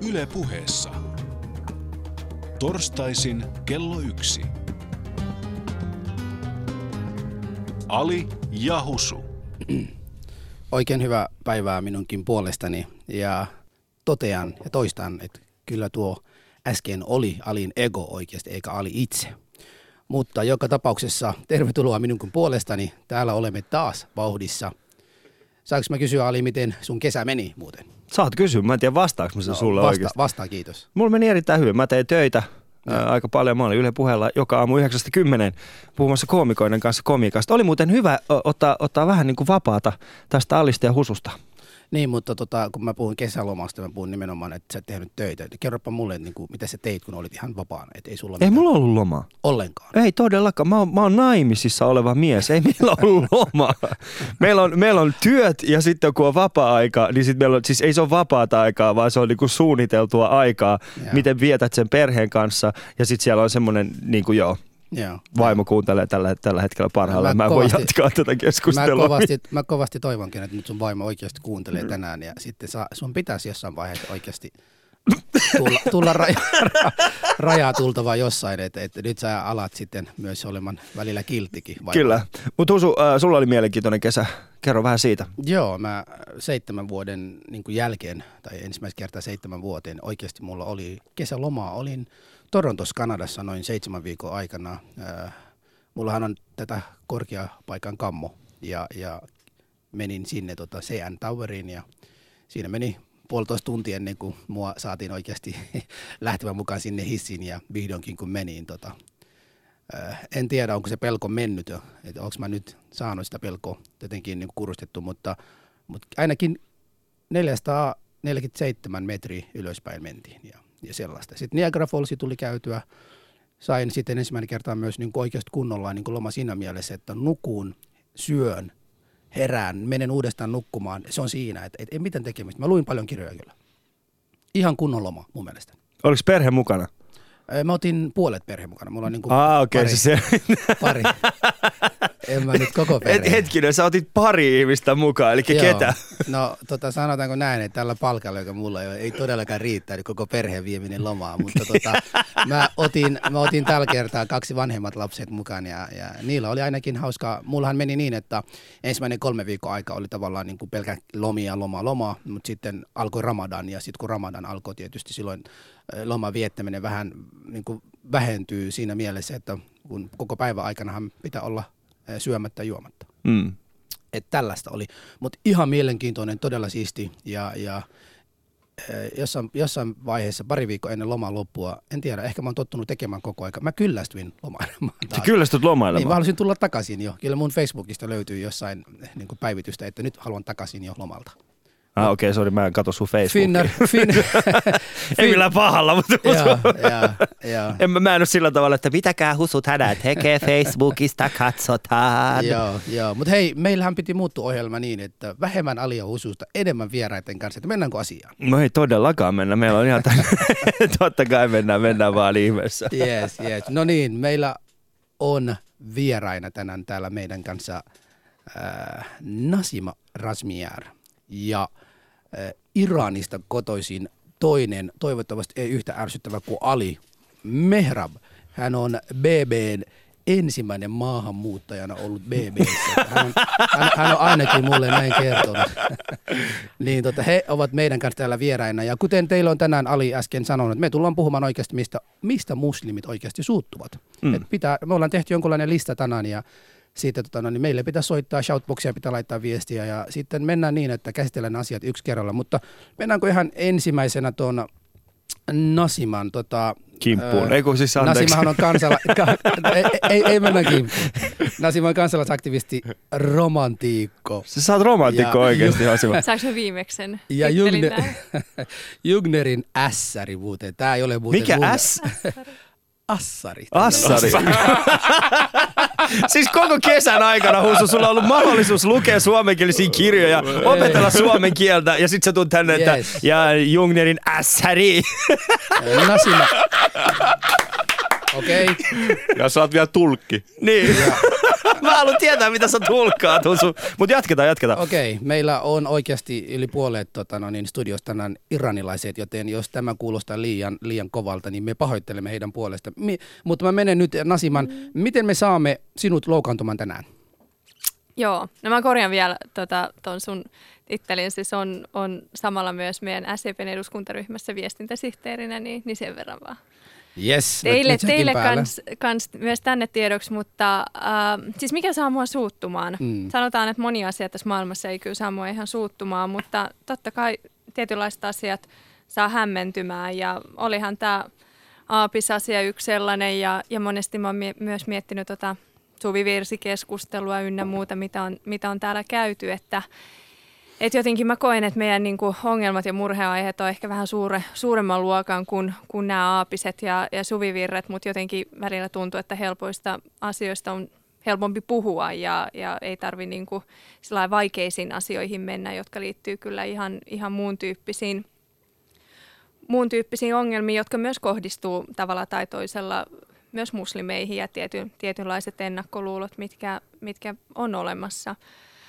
Yle Puheessa. Torstaisin kello 1. Ali ja Husu. Oikein hyvää päivää minunkin puolestani ja totean ja toistan, että kyllä tuo äsken oli Alin ego oikeasti eikä Ali itse. Mutta joka tapauksessa tervetuloa minunkin puolestani. Täällä olemme taas vauhdissa. Saanko mä kysyä, Ali, miten sun kesä meni muuten? Saat kysyä, mä en tiedä vastaanko mä sen sulle oikeasti. Vastaa, kiitos. Mulla meni erittäin hyvin. Mä tein töitä aika paljon. Mä olin Yle Puheella joka aamu 9-10 puhumassa koomikoiden kanssa komiikasta. Oli muuten hyvä ottaa vähän niin kuin vapaata tästä Alista ja Hususta. Niin, mutta kun mä puhun kesälomasta, mä puhun nimenomaan, että sä et tehnyt töitä. Kerropa mulle, niin kuin, mitä sä teit, kun olit ihan vapaana. Että ei sulla ei mulla ollut lomaa. Ollenkaan. Ei todellakaan. Mä oon naimisissa oleva mies. Ei meillä ollut lomaa. Meillä on työt ja sitten kun on vapaa-aika, niin sit meillä on, siis ei se ole vapaata aikaa, vaan se on niin kuin suunniteltua aikaa, miten vietät sen perheen kanssa. Ja sitten siellä on semmoinen, niin kuin vaimo kuuntelee tällä hetkellä parhaillaan. Mä en voi jatkaa tätä keskustelua. Mä kovasti toivonkin, että nyt sun vaimo oikeasti kuuntelee tänään ja sitten sun pitäisi jossain vaiheessa oikeasti tulla rajaa tultavaa jossain, että nyt sä alat sitten myös olemaan välillä kilttikin. Kyllä, mutta Husu, sulla oli mielenkiintoinen kesä. Kerro vähän siitä. Joo, mä 7 vuoden niin kuin jälkeen, tai ensimmäistä kertaa 7 vuoteen, oikeasti mulla oli kesälomaa. Olin Torontossa, Kanadassa noin 7 viikon aikana. Mullahan on tätä korkeapaikan kammo ja menin sinne CN Toweriin ja siinä meni 1,5 tuntia ennen kuin mua saatiin oikeasti lähtemään mukaan sinne hissiin ja vihdoinkin kun menin. En tiedä, onko se pelko mennyt jo, että onko mä nyt saanut sitä pelkoa jotenkin niin kurustettu, mutta ainakin 447 metriä ylöspäin mentiin ja sellaista. Sitten Niagara Fallsi tuli käytyä. Sain sitten ensimmäinen kertaa myös niin oikeasti kunnolla niin loma siinä mielessä, että nukun, syön, herään, menen uudestaan nukkumaan. Se on siinä, että ei mitään tekemistä. Mä luin paljon kirjoja kyllä. Ihan kunnon loma mun mielestä. Oliko perhe mukana? Mä otin puolet perhe mukana. Mulla on niin kuin pari. En mä nyt koko perhe. Hetkinen, sä otit pari ihmistä mukaan, eli ketä? No sanotaanko näin, että tällä palkalla, joka mulla ei todellakaan riittää, niin koko perheen vieminen lomaa. Mutta mä otin tällä kertaa 2 vanhemmat lapset mukaan ja niillä oli ainakin hauskaa. Mullahan meni niin, että ensimmäinen 3 viikon aika oli tavallaan niin kuin pelkä loma, mutta sitten alkoi Ramadan ja sitten kun Ramadan alkoi tietysti silloin loman viettäminen vähän niin kuin vähentyy siinä mielessä, että kun koko päivän aikanahan pitää olla syömättä ja juomatta. Että tällaista oli. Mutta ihan mielenkiintoinen, todella siisti ja jossain vaiheessa 2 viikkoa ennen loman loppua, en tiedä, ehkä mä oon tottunut tekemään koko aika. Mä kyllästyin lomailemaan. Sä kyllästyt lomailemaan? Niin, mä halusin tulla takaisin jo. Kyllä mun Facebookista löytyy jossain niin kuin päivitystä, että nyt haluan takaisin jo lomalta. Okei, sori, mä en katso sun Facebookia. Ei millään pahalla, mutta mä en ole sillä tavalla, että mitäkään Husut hädät tekee Facebookista, katsotaan. Joo, mutta hei, meillähän piti muuttua ohjelma niin, että vähemmän Alia Hususta, enemmän vieraiden kanssa, että mennäänkö asiaan? No ei todellakaan mennä, meillä on ihan totta kai mennään vaan ihmeessä. Yes. No niin, meillä on vieraina tänään täällä meidän kanssa Nasima Razmyar ja Iranista kotoisin toinen, toivottavasti ei yhtä ärsyttävä kuin Ali Mehrab. Hän on BB:n ensimmäinen maahanmuuttajana ollut BB:ssä. Hän on ainakin mulle näin kertonut. Niin he ovat meidän kanssa täällä vieraina. Ja kuten teillä on tänään Ali äsken sanonut, me tullaan puhumaan oikeasti mistä muslimit oikeasti suuttuvat. Me ollaan tehty jonkunlainen lista tänään ja siitä niin meille pitää soittaa, shoutboxia pitää laittaa viestiä ja sitten mennään niin, että käsitellään asiat yksi kerralla. Mutta mennäänkö ihan ensimmäisenä tuon Nasiman kimppuun. Ei kun siis anteeksi. Nasimahan on ei mennä kimppuun. Nasima on kansalaisaktivisti, romantiikko. Sä oot romantiikko oikeasti, Nasima. Saanko viimeksen? Ja Jugnerin ässäri muuten. Tää ei ole muuten mikä äs? Assari. Siis koko kesän aikana, Husu, sulla on ollut mahdollisuus lukea suomenkielisiä kirjoja, opetella suomen kieltä ja sit sä tulet tänne, että ja Jugnerin ässäri. Nasima. Okei. Ja sä oot vielä tulkki. Niin. Mä haluan tietää, mitä sä tulkkaat. Mutta jatketaan. Okei, meillä on oikeasti yli puolet studiosta tänään iranilaiset, joten jos tämä kuulostaa liian kovalta, niin me pahoittelemme heidän puolesta. Mutta mä menen nyt Nasiman, miten me saamme sinut loukkaantumaan tänään? Joo, no mä korjan vielä ton sun tittelin, siis on samalla myös meidän SDP:n eduskuntaryhmässä viestintäsihteerinä, niin sen verran vaan. Yes, teille kans myös tänne tiedoksi, mutta siis mikä saa mua suuttumaan? Sanotaan, että moni asia tässä maailmassa ei kyllä saa mua ihan suuttumaan, mutta totta kai tietynlaiset asiat saa hämmentymään ja olihan tämä aapisasia yksi sellainen ja monesti mä oon myös miettinyt suvivirsikeskustelua ynnä muuta, mitä on täällä käyty, että jotenkin mä koen, että meidän niinku ongelmat ja murheaiheet on ehkä vähän suuremman luokan kuin nämä aapiset ja suvivirret, mutta jotenkin välillä tuntuu, että helpoista asioista on helpompi puhua ja ei tarvitse niinku vaikeisiin asioihin mennä, jotka liittyy kyllä ihan muun tyyppisiin ongelmiin, jotka myös kohdistuu tavalla tai toisella myös muslimeihin ja tietynlaiset ennakkoluulot, mitkä on olemassa.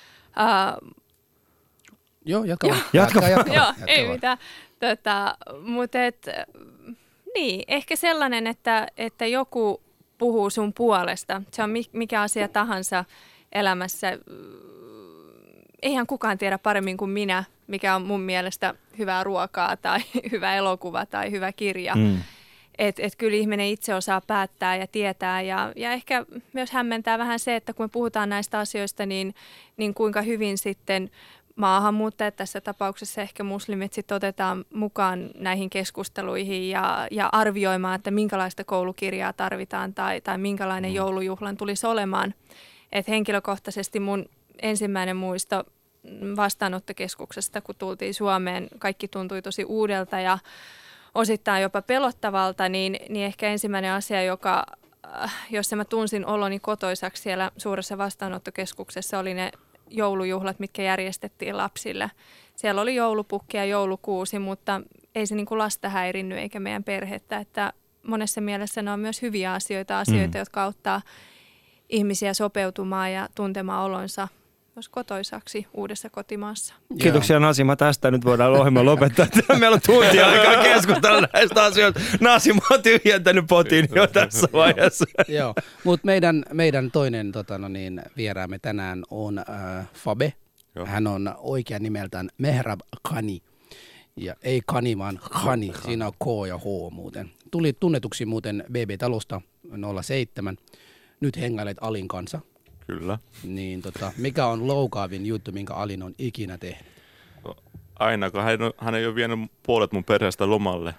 Joo, jatka. Joo, ei mitään. Mutta niin, ehkä sellainen, että joku puhuu sun puolesta. Se on mikä asia tahansa elämässä. Eihän kukaan tiedä paremmin kuin minä, mikä on mun mielestä hyvää ruokaa tai hyvä elokuva tai hyvä kirja. Et kyllä ihminen itse osaa päättää ja tietää ja ehkä myös hämmentää vähän se, että kun me puhutaan näistä asioista, niin kuinka hyvin sitten maahanmuuttajat, tässä tapauksessa ehkä muslimit, sitten otetaan mukaan näihin keskusteluihin ja arvioimaan, että minkälaista koulukirjaa tarvitaan tai minkälainen joulujuhlan tulisi olemaan. Et henkilökohtaisesti mun ensimmäinen muisto vastaanottokeskuksesta, kun tultiin Suomeen, kaikki tuntui tosi uudelta ja osittain jopa pelottavalta, niin ehkä ensimmäinen asia, jossa mä tunsin oloni kotoisaksi siellä suuressa vastaanottokeskuksessa, oli ne joulujuhlat, mitkä järjestettiin lapsille. Siellä oli joulupukki ja joulukuusi, mutta ei se niin kuin lasta häirinnyt eikä meidän perhettä. Että monessa mielessä ne on myös hyviä asioita, jotka auttaa ihmisiä sopeutumaan ja tuntemaan olonsa myös kotoisaksi uudessa kotimaassa. Kiitoksia Nasima tästä. Nyt voidaan ohjelma lopettaa. Meillä on tuntia aikaa keskustella näistä asioista. Nasima on tyhjentänyt potin jo tässä vaiheessa. Joo, mutta meidän toinen vieraamme tänään on Fabe. Joo. Hän on oikean nimeltään Mehrab Khani. Ja ei Khani, vaan Khani. Siinä on K ja H muuten. Tuli tunnetuksi muuten BB-talosta 07. Nyt hengailet Alin kanssa. Kyllä. Niin mikä on loukaavin juttu, minkä Alin on ikinä tehnyt? No, aina, kun hän ei ole vienyt puolet mun perheestä lomalle.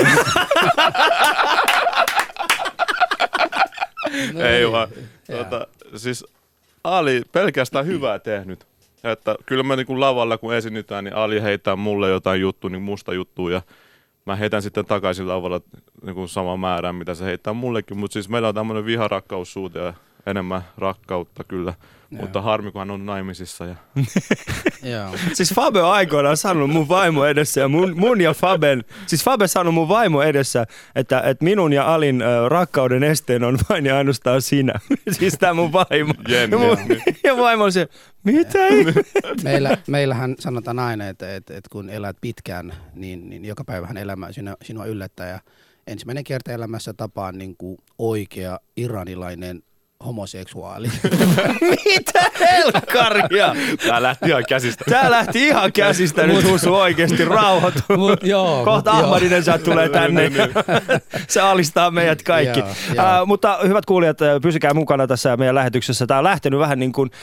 No ei vaan. Siis Ali pelkästään hyvää tehnyt. Että kyllä mä niin lavalla kun esiinnytään, niin Ali heittää mulle jotain juttua, niin musta juttua ja mä heitän sitten takaisin lavalla niin saman määrän, mitä se heittää mullekin. Mutta siis meillä on tämmöinen viharakkaussuhde ja enemmän rakkautta kyllä, mutta harmi, kun hän on naimisissa. Ja siis Fabe on aikoinaan sanonut mun vaimo edessä ja mun ja Faben, siis Fabe sanoi mun vaimo edessä, että minun ja Alin rakkauden esteen on vain ja ainoastaan sinä. Siis tää mun vaimo. Ja vaimo on se, mitä? Meillähän sanotaan aina, että kun elät pitkään, niin joka päivähän elämä sinua yllättää ja ensimmäinen kerta elämässä tapaan niin kuin oikea iranilainen homoseksuaali. Mitä helkkaria? Tää lähti ihan käsistä. Nyt Husu oikeesti rauhoitu. Kohta Ahmadinen tulee tänne. Se alistaa meidät kaikki. Mutta hyvät kuulijat, pysykää mukana tässä meidän lähetyksessä. Tää on lähtenyt vähän niin kuin,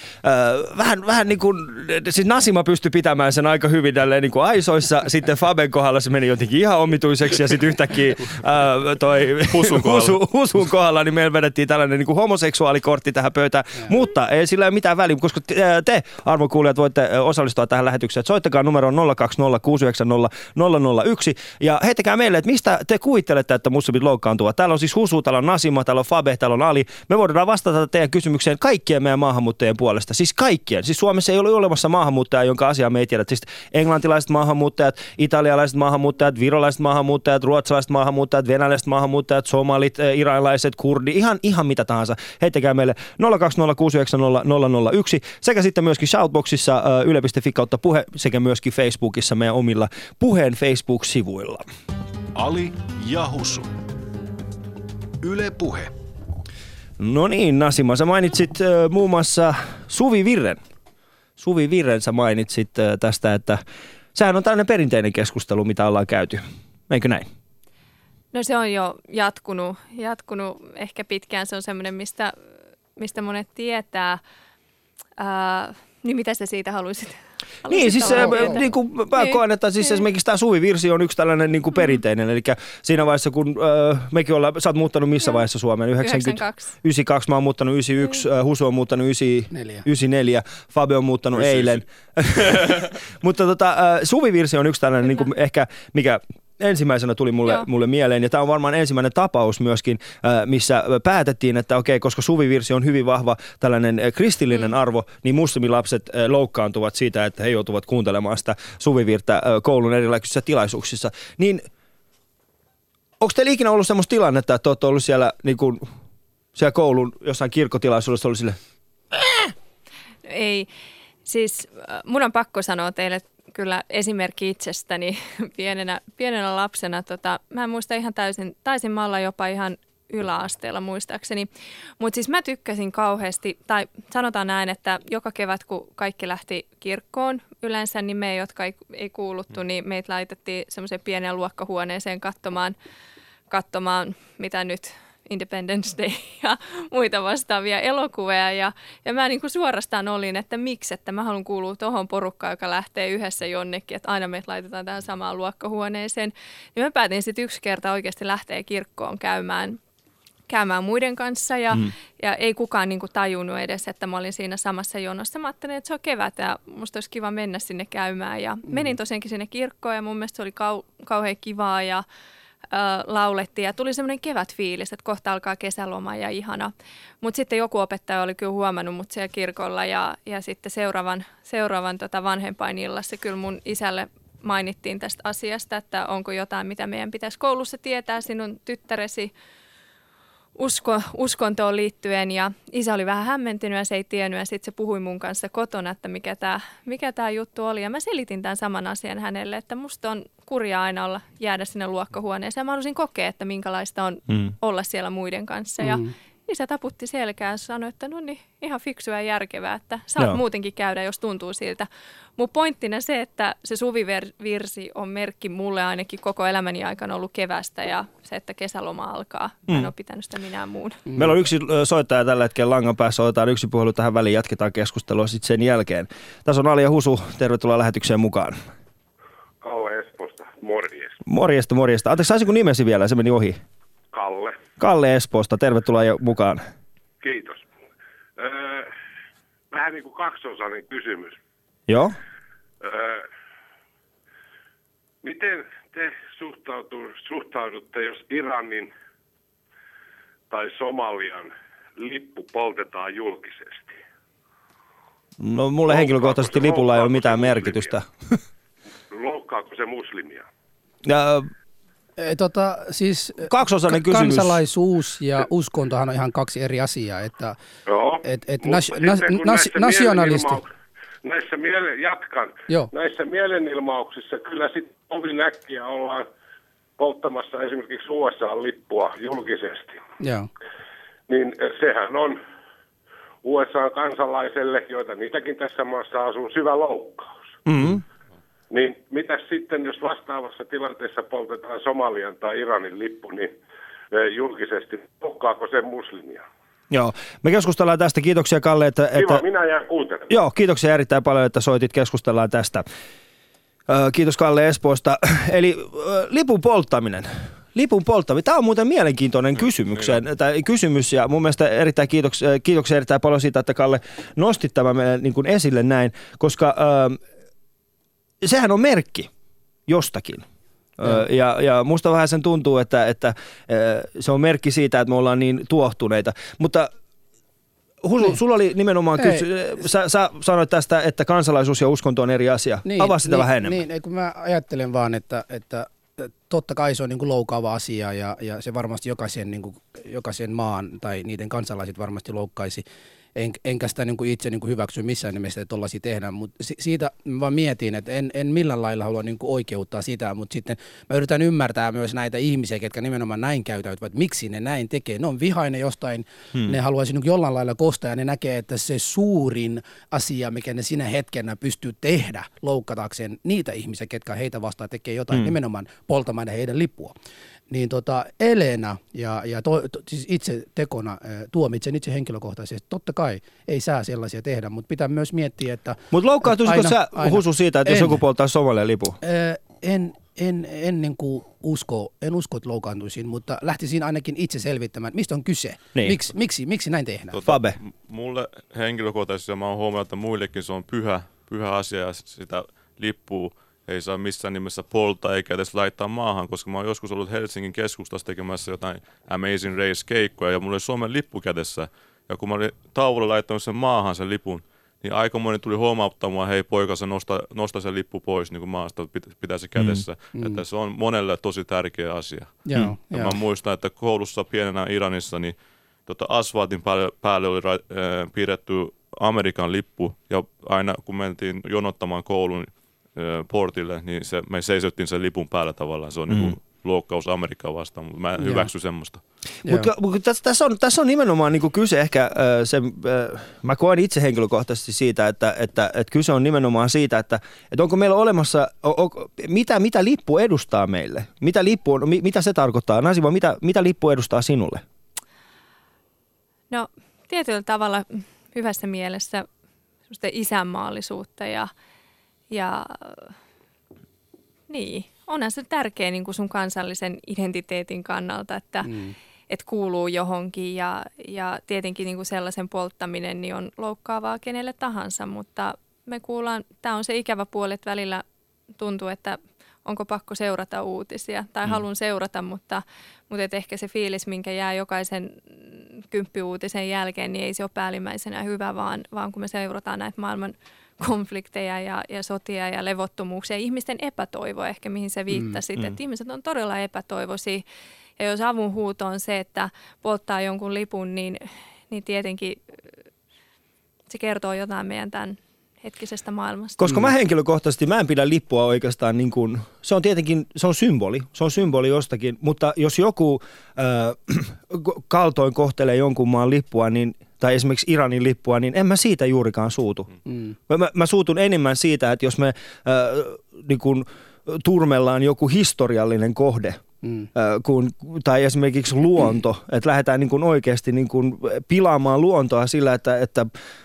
siis Nasima pystyi pitämään sen aika hyvin tälleen niin kuin aisoissa. Sitten Faben kohdalla se meni jotenkin ihan omituiseksi ja sitten yhtäkkiä toi Husun kohdalla, niin meillä vedettiin tällainen niin kuin homoseksuaali kortti tähän pöytään, mutta ei sillä ole mitään väliä, koska te arvokuulijat voitte osallistua tähän lähetykseen. Soittakaa numeroon 020690001 ja heittäkää meille, että mistä te kuvittelette, että muslimit loukkaantuvat. Täällä on siis Husu, täällä on Nasima, täällä on Fabe, täällä on Ali. Me voidaan vastata teidän kysymykseen kaikkien meidän maahanmuuttajien puolesta. Siis kaikkien. Siis Suomessa ei ole olemassa maahanmuuttajaa, jonka asiaa me ei tiedä. Siis englantilaiset maahanmuuttajat, italialaiset maahanmuuttajat, virolaiset maahanmuuttajat, ruotsalaiset maahanmuuttajat, venäläiset maahanmuuttajat, somalit, iranilaiset, kurdi, ihan mitä tahansa. Heittäkää heittäkää meille 020690001 sekä sitten myöskin Shoutboxissa yle.fi/puhe sekä myöskin Facebookissa meidän omilla Puheen Facebook-sivuilla. Ali ja Husu. Yle Puhe. No niin, Nasima, sä mainitsit muun muassa Suvi Virren. Suvi Virren sä mainitsit tästä, että sehän on tällainen perinteinen keskustelu, mitä ollaan käyty. Eikö näin? No se on jo jatkunut ehkä pitkään. Se on semmoinen, mistä monet tietää. Niin mitä sä siitä haluaisit? Niin, siis niin kuin mä koen, että siis esimerkiksi tämä Suvi Virsi on yksi tällainen niin kuin perinteinen. Eli siinä vaiheessa, kun mekin ollaan, sä oot muuttanut missä vaiheessa Suomeen? 92, mä oon muuttanut 91, Husu on muuttanut 94, Fabio on muuttanut 99. eilen. Mutta Suvi Virsi on yksi tällainen niin kuin ehkä, mikä ensimmäisenä tuli mulle mieleen, ja tämä on varmaan ensimmäinen tapaus myöskin, missä päätettiin, että okei, koska Suvi Virsi on hyvin vahva tällainen kristillinen arvo, niin muslimilapset loukkaantuvat siitä, että he joutuvat kuuntelemaan sitä Suvi Virttä koulun erilaisissa tilaisuuksissa. Niin onko teillä ikinä ollut semmoista tilannetta, että olette ollut siellä, niin kuin, siellä koulun jossain kirkkotilaisuudessa ollut sille? Ei, siis mun on pakko sanoa teille kyllä esimerkki itsestäni pienenä lapsena. Mä en muista ihan täysin, taisin mä olla jopa ihan yläasteella muistaakseni. Mutta siis mä tykkäsin kauheasti, tai sanotaan näin, että joka kevät kun kaikki lähti kirkkoon yleensä, niin me, jotka ei kuuluttu, niin meitä laitettiin semmoiseen pieneen luokkahuoneeseen katsomaan mitä nyt Independence Day ja muita vastaavia elokuvia. Ja mä niin kuin suorastaan olin, että miksi, että mä haluan kuulua tuohon porukkaan, joka lähtee yhdessä jonnekin, että aina meitä laitetaan tähän samaan luokkahuoneeseen. Ja mä päätin sitten yksi kerta oikeasti lähteä kirkkoon käymään muiden kanssa ja ei kukaan niin kuin tajunnut edes, että mä olin siinä samassa jonossa. Mä ajattelin, että se on kevät ja musta olisi kiva mennä sinne käymään ja menin tosiaankin sinne kirkkoon ja mun mielestä se oli kauhean kivaa ja laulettiin ja tuli semmoinen kevätfiilis, että kohta alkaa kesäloma ja ihana. Mutta sitten joku opettaja oli kyllä huomannut mut siellä kirkolla ja sitten seuraavan vanhempainillassa kyllä mun isälle mainittiin tästä asiasta, että onko jotain, mitä meidän pitäisi koulussa tietää sinun tyttäresi uskontoon liittyen ja isä oli vähän hämmentynyt ja se ei tiennyt ja sitten se puhui mun kanssa kotona, että mikä tämä juttu oli ja mä selitin tämän saman asian hänelle, että musta on kurjaa aina jäädä sinne luokkahuoneeseen ja mä halusin kokea, että minkälaista on olla siellä muiden kanssa ja isä taputti selkään ja sanoi, että no niin, ihan fiksua ja järkevää, että saat muutenkin käydä, jos tuntuu siltä. Mun pointtina se, että se Suvi-virsi on merkki mulle ainakin koko elämäni aikana ollut kevästä ja se, että kesäloma alkaa. Mä en ole pitänyt sitä minään muun. Meillä on yksi soittaja tällä hetkellä langan päässä. Otetaan yksi puhelu tähän väliin, jatketaan keskustelua sitten sen jälkeen. Tässä on Ali ja Husu, tervetuloa lähetykseen mukaan. Kalle Espoosta, Morjesta. Anteeksi, saisinko nimesi vielä? Se meni ohi. Kalle Espoosta, tervetuloa mukaan. Kiitos. Vähän niin kuin kaksiosainen kysymys. Joo. Miten te suhtaudutte, jos Iranin tai Somalian lippu poltetaan julkisesti? No mulle henkilökohtaisesti lipulla ei ole mitään merkitystä. Loukkaako se muslimia? Siis kaksiosainen kysymys. Kansalaisuus ja uskontohan on ihan kaksi eri asiaa. Että, joo, nationalisti. Näissä mielenilmauksissa kyllä sitten ovin äkkiä ollaan polttamassa esimerkiksi USA-lippua julkisesti. Joo. Niin sehän on USA-kansalaiselle, joita niitäkin tässä maassa asuu, syvä loukkaus. Mm-hmm. Niin mitäs sitten, jos vastaavassa tilanteessa poltetaan Somalian tai Iranin lippu, niin julkisesti loukkaako se muslimia? Joo, me keskustellaan tästä. Kiitoksia Kalle, että minä jään kuuntelemaan. Joo, kiitoksia erittäin paljon, että soitit. Keskustellaan tästä. Kiitos Kalle Espoosta. Eli lipun polttaminen. Tämä on muuten mielenkiintoinen kysymys ja mun mielestä kiitoksia erittäin paljon siitä, että Kalle nostit tämän niin kuin esille näin, koska sehän on merkki jostakin. Ja musta vähän sen tuntuu, että se on merkki siitä, että me ollaan niin tuohtuneita. Mutta Husu, sulla oli nimenomaan sä sanoit tästä, että kansalaisuus ja uskonto on eri asia. Avaa sitä vähän enemmän. Kun mä ajattelen vaan, että totta kai se on niin kuin loukaava asia ja se varmasti jokaisen maan tai niiden kansalaiset varmasti loukkaisi. Enkä sitä niin kuin itse niin kuin hyväksy missään nimessä, että tollaisia tehdään, mutta siitä vaan mietin, että en millään lailla halua niin kuin oikeuttaa sitä, mutta sitten mä yritän ymmärtää myös näitä ihmisiä, ketkä nimenomaan näin käytäytyvät, miksi ne näin tekee. Ne on vihainen jostain, ne haluaisi niin kuin jollain lailla kostaa ja ne näkee, että se suurin asia, mikä ne sinä hetkenä pystyy tehdä loukkatakseen niitä ihmisiä, ketkä heitä vastaan tekee jotain nimenomaan poltamaan heidän lippua. Niin Elena ja siis itse tekona tuomitsen itse henkilökohtaisesti. Totta kai ei saa sellaisia tehdä, mutta pitää myös miettiä, että... Mutta loukkaantuisiko sä Husu siitä, että jos joku polttaa Somalian lipun? En niin kuin usko, että loukkaantuisin, mutta lähtisin ainakin itse selvittämään, mistä on kyse. Niin. Miksi näin tehdään? Fabe. Mulle henkilökohtaisesti, ja mä oon huomannut, että muillekin se on pyhä asia ja sitä lippua ei saa missään nimessä polttaa eikä edes laittaa maahan, koska mä oon joskus ollut Helsingin keskustassa tekemässä jotain Amazing Race-keikkoja ja mulla oli Suomen lippu kädessä. Ja kun mä olin tauolla laittanut sen maahan sen lipun, niin aika moni tuli huomauttamaan, hei poika, se nosta sen lippu pois niin kuin maasta, pitää se kädessä. Että se on monelle tosi tärkeä asia. Mä muistan, että koulussa pienenä Iranissa, niin asfaltin päälle oli piirretty Amerikan lippu ja aina kun mentiin jonottamaan koulun portille, niin me seisottiin sen lipun päällä tavallaan. Se on niin kuin loukkaus Amerikkaa vastaan, mutta mä en hyväksy semmoista. Mutta tässä on nimenomaan niin kuin kyse ehkä, mä koen itse henkilökohtaisesti siitä, että kyse on nimenomaan siitä, että onko meillä olemassa, mitä lippu edustaa meille? Mitä se tarkoittaa? Nasiva, mitä lippu edustaa sinulle? No tietyllä tavalla hyvässä mielessä semmoista isänmaallisuutta ja niin, onhan se tärkeä niin kuin sun kansallisen identiteetin kannalta, että kuuluu johonkin ja tietenkin niin kuin sellaisen polttaminen niin on loukkaavaa kenelle tahansa, mutta me kuullaan, tämä on se ikävä puoli, että välillä tuntuu, että onko pakko seurata uutisia tai haluan seurata, mutta et ehkä se fiilis, minkä jää jokaisen kymppiuutisen jälkeen, niin ei se ole päällimmäisenä hyvä, vaan kun me seurataan näitä maailman konflikteja ja sotia ja levottomuuksia, ihmisten epätoivo ehkä, mihin sä viittasit, että ihmiset on todella epätoivoisia. Ja jos avunhuuto on se, että polttaa jonkun lipun, niin tietenkin se kertoo jotain meidän tämän hetkisestä maailmasta. Koska mä henkilökohtaisesti, mä en pidä lippua oikeastaan niin kuin, se on tietenkin, se on symboli jostakin, mutta jos joku kaltoin kohtelee jonkun maan lippua, niin tai esimerkiksi Iranin lippua, niin en mä siitä juurikaan suutu. Mä suutun enemmän siitä, että jos me niin kun turmellaan joku historiallinen kohde, tai esimerkiksi luonto, että lähdetään niin kun oikeasti niin kun pilaamaan luontoa sillä, että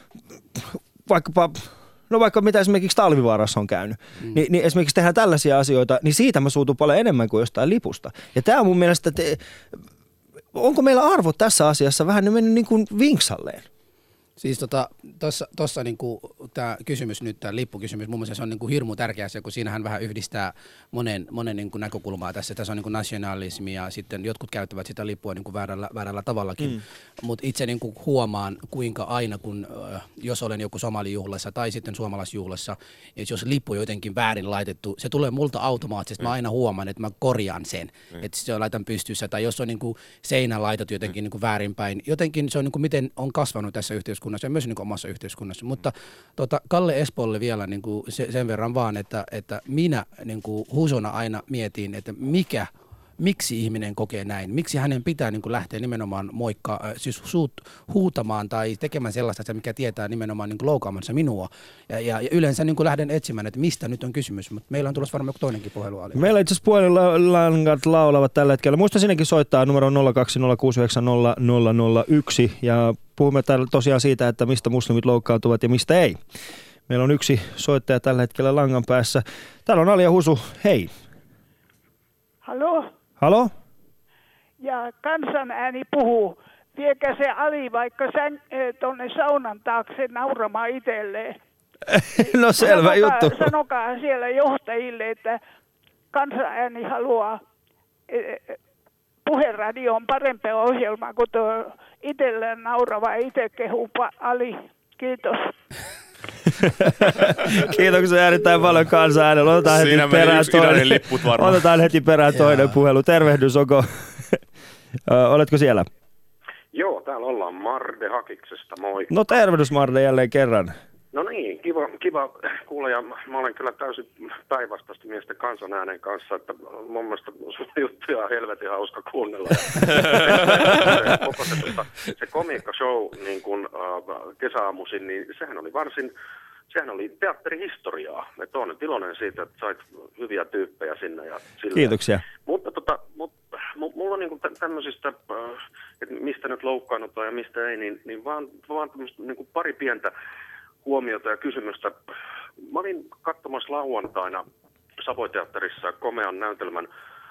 vaikka mitä esimerkiksi Talvivaarassa on käynyt, niin esimerkiksi tehdään tällaisia asioita, niin siitä mä suutun paljon enemmän kuin jostain lipusta. Ja tämä on mun mielestä, onko meillä arvot tässä asiassa vähän mennyt niin kuin vinksalleen? Siis tuossa niinku tämä kysymys nyt, tämä lippukysymys, mun mielestä se on niinku hirmu tärkeä asia, kun siinähän vähän yhdistää monen niinku näkökulmaa tässä. Tässä on niinku nationalismi ja sitten jotkut käyttävät sitä lippua niinku väärällä tavallakin. Mutta itse niinku huomaan, kuinka aina kun, jos olen joku somalijuhlassa tai sitten suomalaisjuhlassa, että jos lippu on jotenkin väärin laitettu, se tulee multa automaattisesti. Mä aina huomaan, että mä korjaan sen, että se laitan pystyssä. Tai jos on niinku seinä laitettu jotenkin niinku väärinpäin, jotenkin se on niinku miten on kasvanut tässä yhteiskunnassa ja myös niin kuin omassa yhteiskunnassa. Mutta Kalle Espoolle vielä niin kuin sen verran vaan, että minä niin kuin Husona aina mietin, että miksi ihminen kokee näin, miksi hänen pitää niin kuin lähteä nimenomaan siis huutamaan tai tekemään sellaista, mikä tietää nimenomaan niin kuin loukaamansa minua. Ja yleensä niin kuin lähden etsimään, että mistä nyt on kysymys, mutta meillä on tulossa varmaan joku toinenkin puhelu. Meillä itse asiassa puhelinlangat laulavat tällä hetkellä. Muista sinnekin soittaa numero 020690001 ja puhumme täällä tosiaan siitä, että mistä muslimit loukkaantuvat ja mistä ei. Meillä on yksi soittaja tällä hetkellä langan päässä. Täällä on Ali ja Husu. Hei. Halo? Ja kansanääni puhuu. Viekää se Ali vaikka tuonne saunan taakse nauramaan itselleen. No selvä juttu. Sanokaa siellä johtajille, että kansanääni haluaa Puheradio on parempi ohjelma kuin tuo itselleen naurava itse kehuu Ali. Kiitos. Kiitoksia erittäin paljon kansan äänellä. Otetaan heti perään toinen. Lipput varmaan. Otetaan heti perään toinen puhelu. Tervehdys, oletko siellä? Joo, täällä ollaan Marde Hakiksesta, moi. No tervehdys Marde jälleen kerran. No niin, kiva kuulla, ja mä olen kyllä täysin päinvastaista miestä kansanäänen kanssa, että mun mielestä sun juttuja on helvetin hauska kuunnella. Koko se komiikka-show niin kun kesäaamuisin, niin sehän oli teatterihistoriaa. Että olen iloinen siitä, että sait hyviä tyyppejä sinne. Ja sille. Kiitoksia. Mutta mulla on niin tämmöisistä, että mistä nyt loukkaannutaan ja mistä ei, niin vaan niin pari pientä huomiota ja kysymystä. Mä olin katsomassa lauantaina Savoiteatterissa komean näytelmän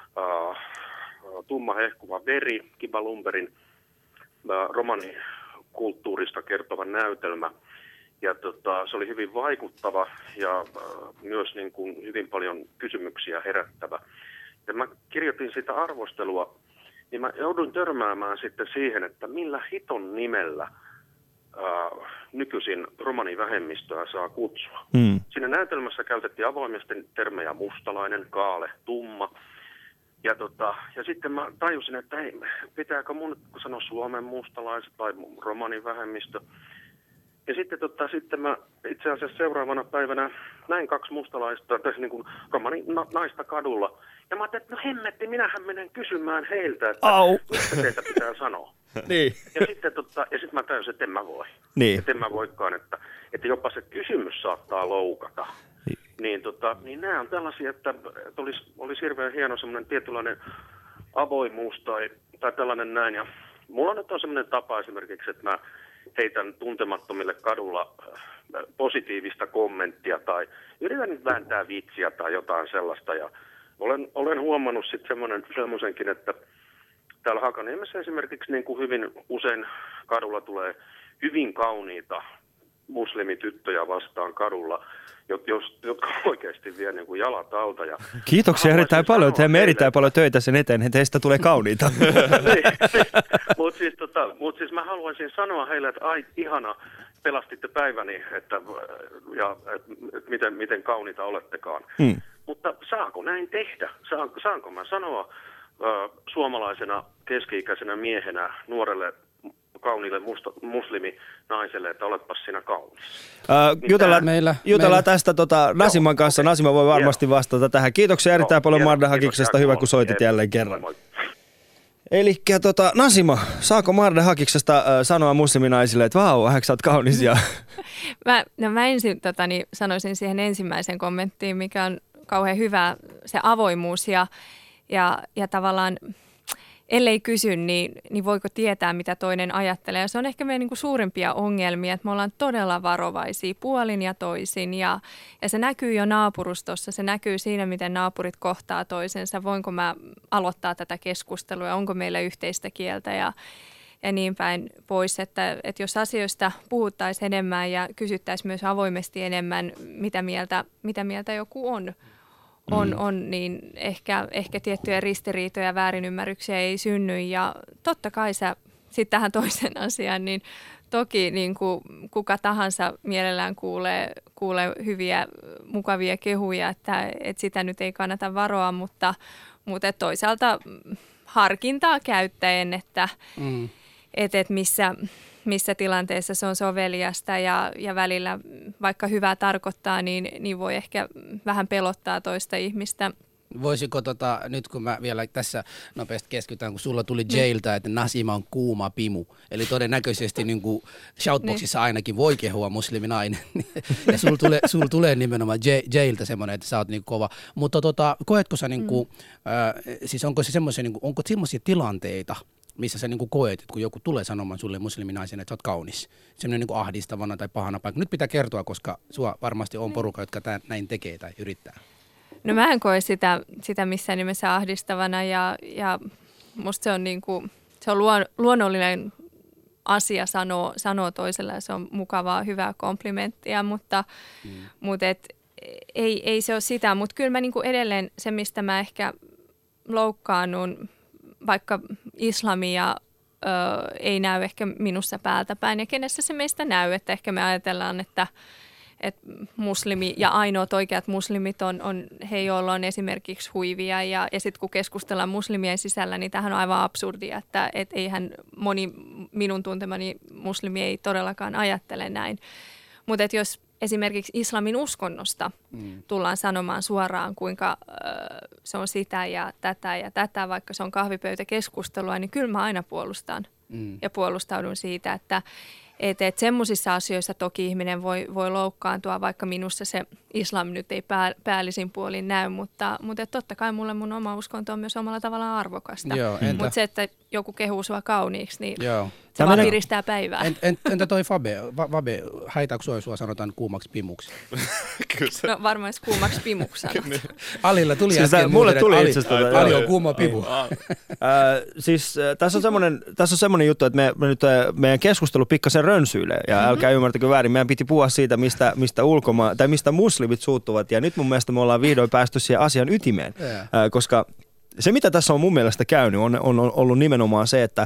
Tumma hehkuva veri, Kiba Lumberin romanikulttuurista kertova näytelmä. Ja se oli hyvin vaikuttava ja myös niin kuin hyvin paljon kysymyksiä herättävä. Ja mä kirjoitin sitä arvostelua, niin mä jouduin törmäämään sitten siihen, että millä hiton nimellä nykyisin romanivähemmistöä saa kutsua. Siinä näytelmässä käytettiin avoimesti termejä mustalainen, kaale, tumma. Ja sitten mä tajusin, että ei, pitääkö mun sanoa Suomen mustalaiset tai romanivähemmistö. Ja sitten mä itse asiassa seuraavana päivänä näin 2 mustalaista, niin kuin naista kadulla. Ja mä ajattelin, että no hemmetti, minähän menen kysymään heiltä, että mistä teitä pitää sanoa. Niin. Ja sitten mä täysin, että en mä voi. Niin. Että en mä voikaan, että jopa se kysymys saattaa loukata. Niin nämä on tällaisia, että olisi hirveän hieno semmoinen tietynlainen avoimuus tai tällainen näin. Ja mulla nyt on semmoinen tapa esimerkiksi, että mä heitän tuntemattomille kadulla positiivista kommenttia tai yritän nyt vääntää vitsiä tai jotain sellaista. Ja olen huomannut sitten semmoisenkin, että täällä Hakaniemessä esimerkiksi niin kuin hyvin usein kadulla tulee hyvin kauniita muslimityttöjä vastaan kadulla, jotka oikeasti vie niin kuin jalat alta. Ja kiitoksia erittäin paljon. Teemme erittäin paljon töitä sen eteen, että teistä tulee kauniita. Mutta siis mä haluaisin sanoa heille, että ai ihana, pelastitte päiväni, että miten kauniita olettekaan. Mutta saako näin tehdä? Saanko mä sanoa suomalaisena keski-ikäisenä miehenä nuorelle kauniille musliminaiselle, että oletpas sinä kaunis? Jutellaan tästä Nasiman kanssa. Okay. Nasima voi varmasti vastata tähän. Kiitoksia erittäin paljon Marde Hakiksesta. Hyvä, kun soitit jälleen kerran. Eli Nasima, saako Marde Hakiksesta sanoa musliminaisille, että vau, sä oot kaunis? Ja... mä ensin sanoisin siihen ensimmäiseen kommenttiin, mikä on kauhean hyvä, se avoimuus ja tavallaan ellei kysy, niin voiko tietää, mitä toinen ajattelee. Ja se on ehkä meidän niin kuin suurimpia ongelmia, että me ollaan todella varovaisia puolin ja toisin. Ja se näkyy jo naapurustossa, se näkyy siinä, miten naapurit kohtaa toisensa. Voinko mä aloittaa tätä keskustelua ja onko meillä yhteistä kieltä ja niin päin pois. Että jos asioista puhuttaisiin enemmän ja kysyttäisiin myös avoimesti enemmän, mitä mieltä joku on, niin ehkä tiettyjä ristiriitoja ja väärinymmärryksiä ei synny. Ja totta kai sitten tähän toisen asiaan, niin toki niin kuin kuka tahansa mielellään kuulee hyviä, mukavia kehuja, että sitä nyt ei kannata varoa, mutta toisaalta harkintaa käyttäen, että missä tilanteessa se on soveliasta ja välillä vaikka hyvää tarkoittaa, niin voi ehkä vähän pelottaa toista ihmistä. Voisiko nyt kun mä vielä tässä nopeasti keskitytään, kun sulla tuli jailta, että Nasima on kuuma pimu. Eli todennäköisesti niin kuin shoutboxissa ainakin voi kehua musliminainen. Ja sulla tulee nimenomaan jailta semmoinen, että sä oot niin kova. Mutta koetko sä, niin kuin, siis onko semmoisia tilanteita, missä sä niin koet, että kun joku tulee sanomaan sulle musliminaisena, että sä oot kaunis, semmoinen niin ahdistavana tai pahana paikka. Nyt pitää kertoa, koska sua varmasti on porukka, jotka näin tekee tai yrittää. No mä en koe sitä missään nimessä ahdistavana ja musta se on, se on luonnollinen asia sanoa toiselle ja se on mukavaa, hyvää komplimenttia, mutta ei se ole sitä. Mutta kyllä mä edelleen se, mistä mä ehkä loukkaannun, vaikka islamia ei näy ehkä minussa päältä päin ja kenessä se meistä näy, että ehkä me ajatellaan, että muslimi ja ainoat oikeat muslimit on he, joilla on esimerkiksi huivia. Ja sitten kun keskustellaan muslimien sisällä, niin tämähän on aivan absurdia, että eihän moni minun tuntemani muslimi ei todellakaan ajattele näin. Mutta jos esimerkiksi islamin uskonnosta tullaan sanomaan suoraan, kuinka se on sitä ja tätä, vaikka se on kahvipöytäkeskustelua, niin kyllä mä aina puolustan ja puolustaudun siitä, että semmoisissa asioissa toki ihminen voi loukkaantua, vaikka minussa se islam nyt ei päällisin puolin näy, mutta totta kai mulle mun oma uskonto on myös omalla tavallaan arvokasta. Mutta se, että joku kehuu sua kauniiksi, niin se vaan piristää päivää. Entä toi Fabe, haitaako sua sanotaan kuumaksi pimuksi? No varmaan kuumaksi pimuksi sanot. Alilla tuli siis äsken mulle muuten, tuli että itse asiassa Ali on kuuma pimu. Siis tässä on semmoinen juttu, että me nyt meidän keskustelu pikkasen rönsyilee ja älkää ymmärtäkö väärin. Meidän piti puhua siitä, mistä muslimit suuttuvat ja nyt mun mielestä me ollaan vihdoin päästy siihen asian ytimeen, koska se mitä tässä on mun mielestä käynyt on ollut nimenomaan se, että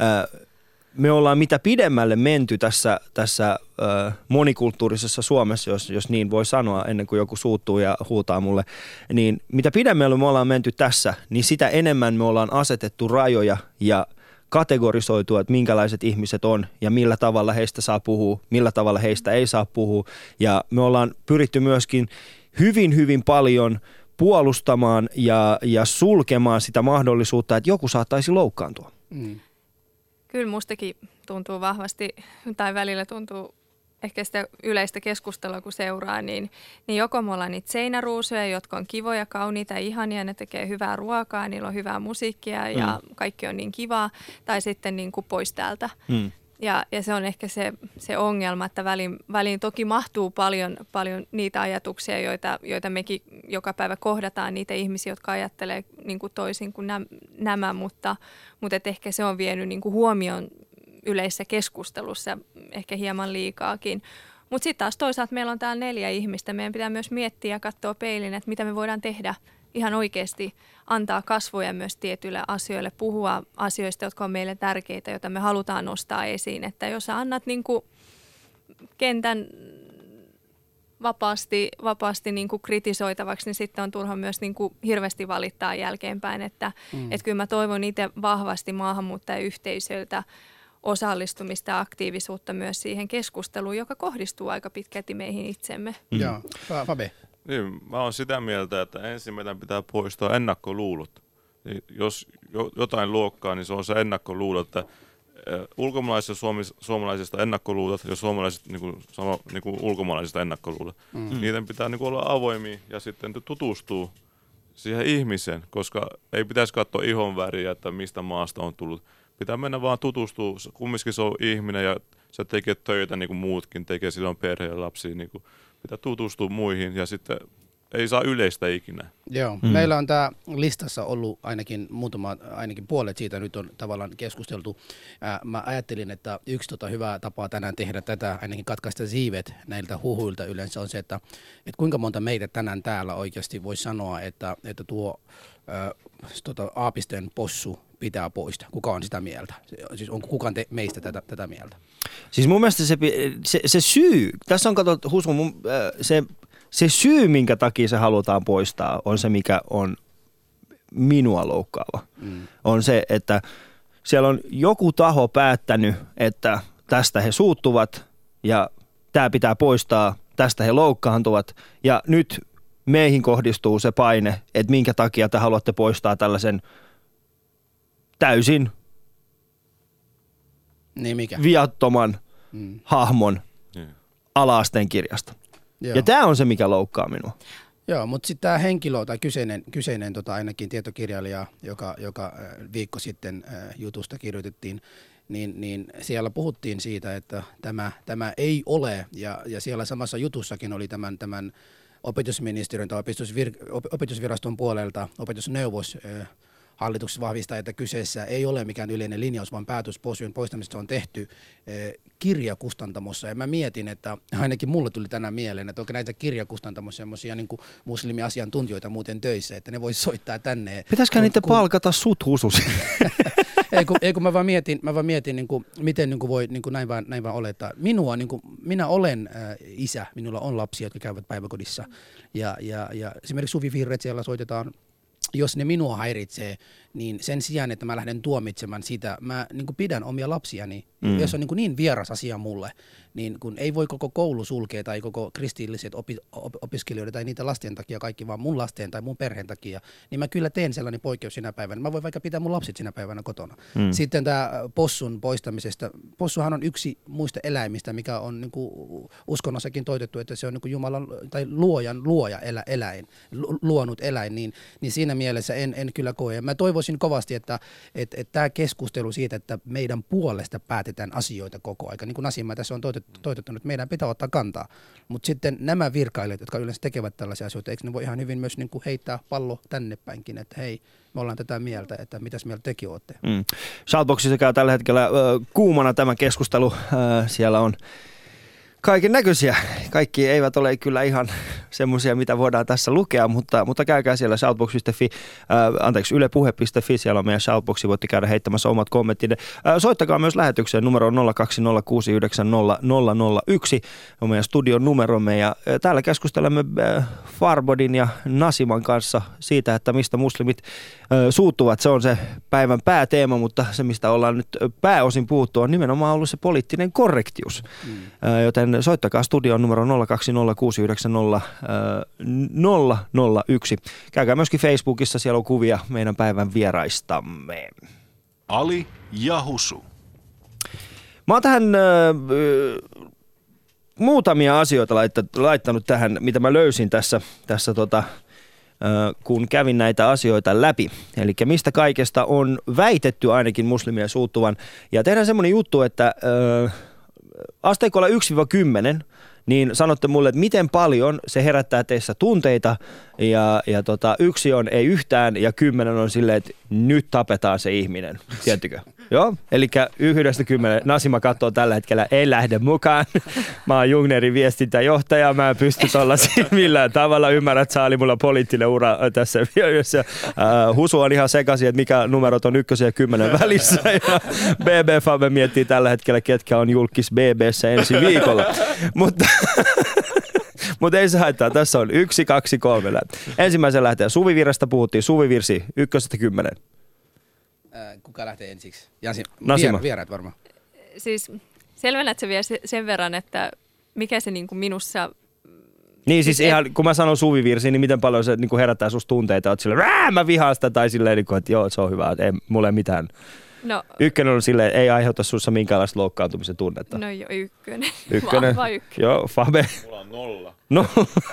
me ollaan mitä pidemmälle menty tässä monikulttuurisessa Suomessa, jos niin voi sanoa ennen kuin joku suuttuu ja huutaa mulle, niin mitä pidemmälle me ollaan menty tässä, niin sitä enemmän me ollaan asetettu rajoja ja kategorisoitua, että minkälaiset ihmiset on ja millä tavalla heistä saa puhua, millä tavalla heistä ei saa puhua. Ja me ollaan pyritty myöskin hyvin paljon puolustamaan ja sulkemaan sitä mahdollisuutta, että joku saattaisi loukkaantua. Kyllä mustakin tuntuu vahvasti, tai välillä tuntuu ehkä sitä yleistä keskustelua, kun seuraa, niin joko me ollaan niitä seinäruusuja, jotka on kivoja, kauniita, ihania, ne tekee hyvää ruokaa, niillä on hyvää musiikkia ja kaikki on niin kivaa, tai sitten niin kuin pois täältä. Ja se on ehkä se ongelma, että väliin toki mahtuu paljon niitä ajatuksia, joita mekin joka päivä kohdataan, niitä ihmisiä, jotka ajattelee niin kuin toisin kuin nämä, mutta et ehkä se on vienyt niin kuin huomioon yleisessä keskustelussa ehkä hieman liikaakin. Mutta sitten taas toisaalta meillä on täällä 4 ihmistä. Meidän pitää myös miettiä ja katsoa peilin, että mitä me voidaan tehdä ihan oikeasti, antaa kasvoja myös tietyille asioille, puhua asioista, jotka on meille tärkeitä, joita me halutaan nostaa esiin. Että jos sä annat niin kuin kentän vapaasti niin kuin kritisoitavaksi, niin sitten on turha myös niin kuin hirveästi valittaa jälkeenpäin. Että kyllä mä toivon itse vahvasti maahanmuuttajayhteisöiltä osallistumista ja aktiivisuutta myös siihen keskusteluun, joka kohdistuu aika pitkälti meihin itsemme. Joo, Fabe. Niin, mä oon sitä mieltä, että ensin meidän pitää poistaa ennakkoluulot. Niin jos jotain luokkaa, niin se on se ennakkoluulo, että ulkomaalaisista suomalaisista ennakkoluulot ja suomalaiset niin kuin ulkomaalaisista ennakkoluulot. Niiden pitää niin kuin olla avoimia ja sitten tutustua siihen ihmiseen, koska ei pitäisi katsoa ihonväriä, että mistä maasta on tullut. Pitää mennä vaan tutustua, kumminkin se on ihminen ja se tekee töitä niin kuin muutkin, tekee silloin perhe ja lapsia, niin kuin pitää tutustua muihin ja sitten ei saa yleistä ikinä. Joo, meillä on tämä listassa ollut ainakin puolet siitä nyt on tavallaan keskusteltu. Mä ajattelin, että yksi hyvä tapa tänään tehdä tätä, ainakin katkaista siivet näiltä huhuilta yleensä on se, että kuinka monta meitä tänään täällä oikeasti voi sanoa, että tuo Aapisteen possu pitää poistaa. Kuka on sitä mieltä? Siis onko kukaan meistä tätä mieltä? Siis mun mielestä se syy, tässä on katsottu Husu, se syy, minkä takia se halutaan poistaa, on se, mikä on minua loukkaava. On se, että siellä on joku taho päättänyt, että tästä he suuttuvat ja tämä pitää poistaa, tästä he loukkaantuvat ja nyt meihin kohdistuu se paine, että minkä takia te haluatte poistaa tällaisen täysin viattoman hahmon ala-asteen kirjasta. Joo. Ja tämä on se, mikä loukkaa minua. Joo, mutta sitten tämä henkilö tai kyseinen ainakin tietokirjailija, joka viikko sitten jutusta kirjoitettiin, niin siellä puhuttiin siitä, että tämä ei ole, ja siellä samassa jutussakin oli tämän opetusministeriön tai opetusviraston puolelta opetusneuvos hallituksessa vahvistaa, että kyseessä ei ole mikään yleinen linjaus, vaan päätös possujen poistamisesta on tehty kirjakustantamossa. Ja mä mietin, että ainakin mulle tuli tänään mieleen, että onko näitä kirjakustantamossa semmoisia niin kuin muslimiasiantuntijoita muuten töissä, että ne vois soittaa tänne. Pitäisikö niitä palkata sut, Hususi? Ei kun mä vaan mietin niin kuin, miten niin kuin voi niin kuin näin vaan olettaa. Minä olen isä, minulla on lapsia, jotka käyvät päiväkodissa ja esimerkiksi suvivirret siellä soitetaan. Jos ne minua häiritsee, niin sen sijaan, että mä lähden tuomitsemaan sitä, mä niin kuin pidän omia lapsiani. Jos on niin vieras asia mulle, niin kun ei voi koko koulu sulkea tai koko kristilliset opiskelijoiden tai niitä lasten takia kaikki, vaan mun lasten tai mun perheen takia, niin mä kyllä teen sellainen poikkeus sinä päivänä. Mä voin vaikka pitää mun lapset sinä päivänä kotona. Sitten tämä possun poistamisesta. Possuhan on yksi muista eläimistä, mikä on niin kuin uskonnossakin toitettu, että se on niin kuin Jumalan tai luoja eläin, luonut eläin, niin siinä mielessä en kyllä koe. Mä toivoisin kovasti, että tämä keskustelu siitä, että meidän puolesta päätetään asioita koko aika, niin kuin Nasima tässä on toitettu, että meidän pitää ottaa kantaa. Mutta sitten nämä virkailijat, jotka yleensä tekevät tällaisia asioita, eikö ne voi ihan hyvin myös niin kuin heittää pallo tänne päinkin, että hei, me ollaan tätä mieltä, että mitäs mieltä tekin olette. Shoutboxissa käy tällä hetkellä kuumana tämä keskustelu. Siellä on kaiken näköisiä. Kaikki eivät ole kyllä ihan semmoisia, mitä voidaan tässä lukea, mutta käykää siellä shoutbox.fi, ylepuhe.fi, siellä on meidän shoutboxi, voitte käydä heittämässä omat kommenttinne. Soittakaa myös lähetykseen, numero on 020690001, on meidän studion numeromme, ja täällä keskustelemme Farbodin ja Nasiman kanssa siitä, että mistä muslimit suuttuvat. Se on se päivän pääteema, mutta se, mistä ollaan nyt pääosin puhuttu, on nimenomaan ollut se poliittinen korrektius. Joten soittakaa studion numero 020690001. Käykää myöskin Facebookissa, siellä on kuvia meidän päivän vieraistamme. Ali ja Husu. Mä oon tähän muutamia asioita laittanut tähän, mitä mä löysin tässä kun kävin näitä asioita läpi. Eli mistä kaikesta on väitetty ainakin muslimien suuttuvan. Ja tehdään semmoinen juttu, että asteikolla 1-10, niin sanotte mulle, että miten paljon se herättää teissä tunteita, ja 1 on ei yhtään, ja 10 on silleen, että nyt tapetaan se ihminen. Tiedättekö? Joo, eli 1-10. Nasima katsoo tällä hetkellä, ei lähde mukaan. Mä oon Jungnerin viestintäjohtaja, mä en pysty tollaisiin millään tavalla. Ymmärrät, sä oli mulla poliittinen ura tässä videossa. Husu on ihan sekaisin, että mikä numerot on 1 ja 10 välissä. Ja BB Fabe miettii tällä hetkellä, ketkä on julkis BB:ssä ensi viikolla. Mutta ei se haittaa. Tässä on 1, 2, 3. Ensimmäisen lähtee suvivirrasta puhuttiin. Suvivirsi 1-10. Kuka lähtee ensiksi? Nasima. Vieraat varmaan. Siis selvennät se vielä sen verran, että mikä se niin kuin minussa... Niin siis ihan, kun mä sanon suvivirsi, niin miten paljon se niin kuin herättää susta tunteita. Oot silleen, mä vihaan sitä, tai silleen, että joo, se on hyvä, että ei mulle mitään. No, 1 on silleen, ei aiheuta sussa minkäänlaista loukkaantumisen tunnetta. No jo 1. 1. Vahva 1. Joo, Fabe. Mulla on 0. No,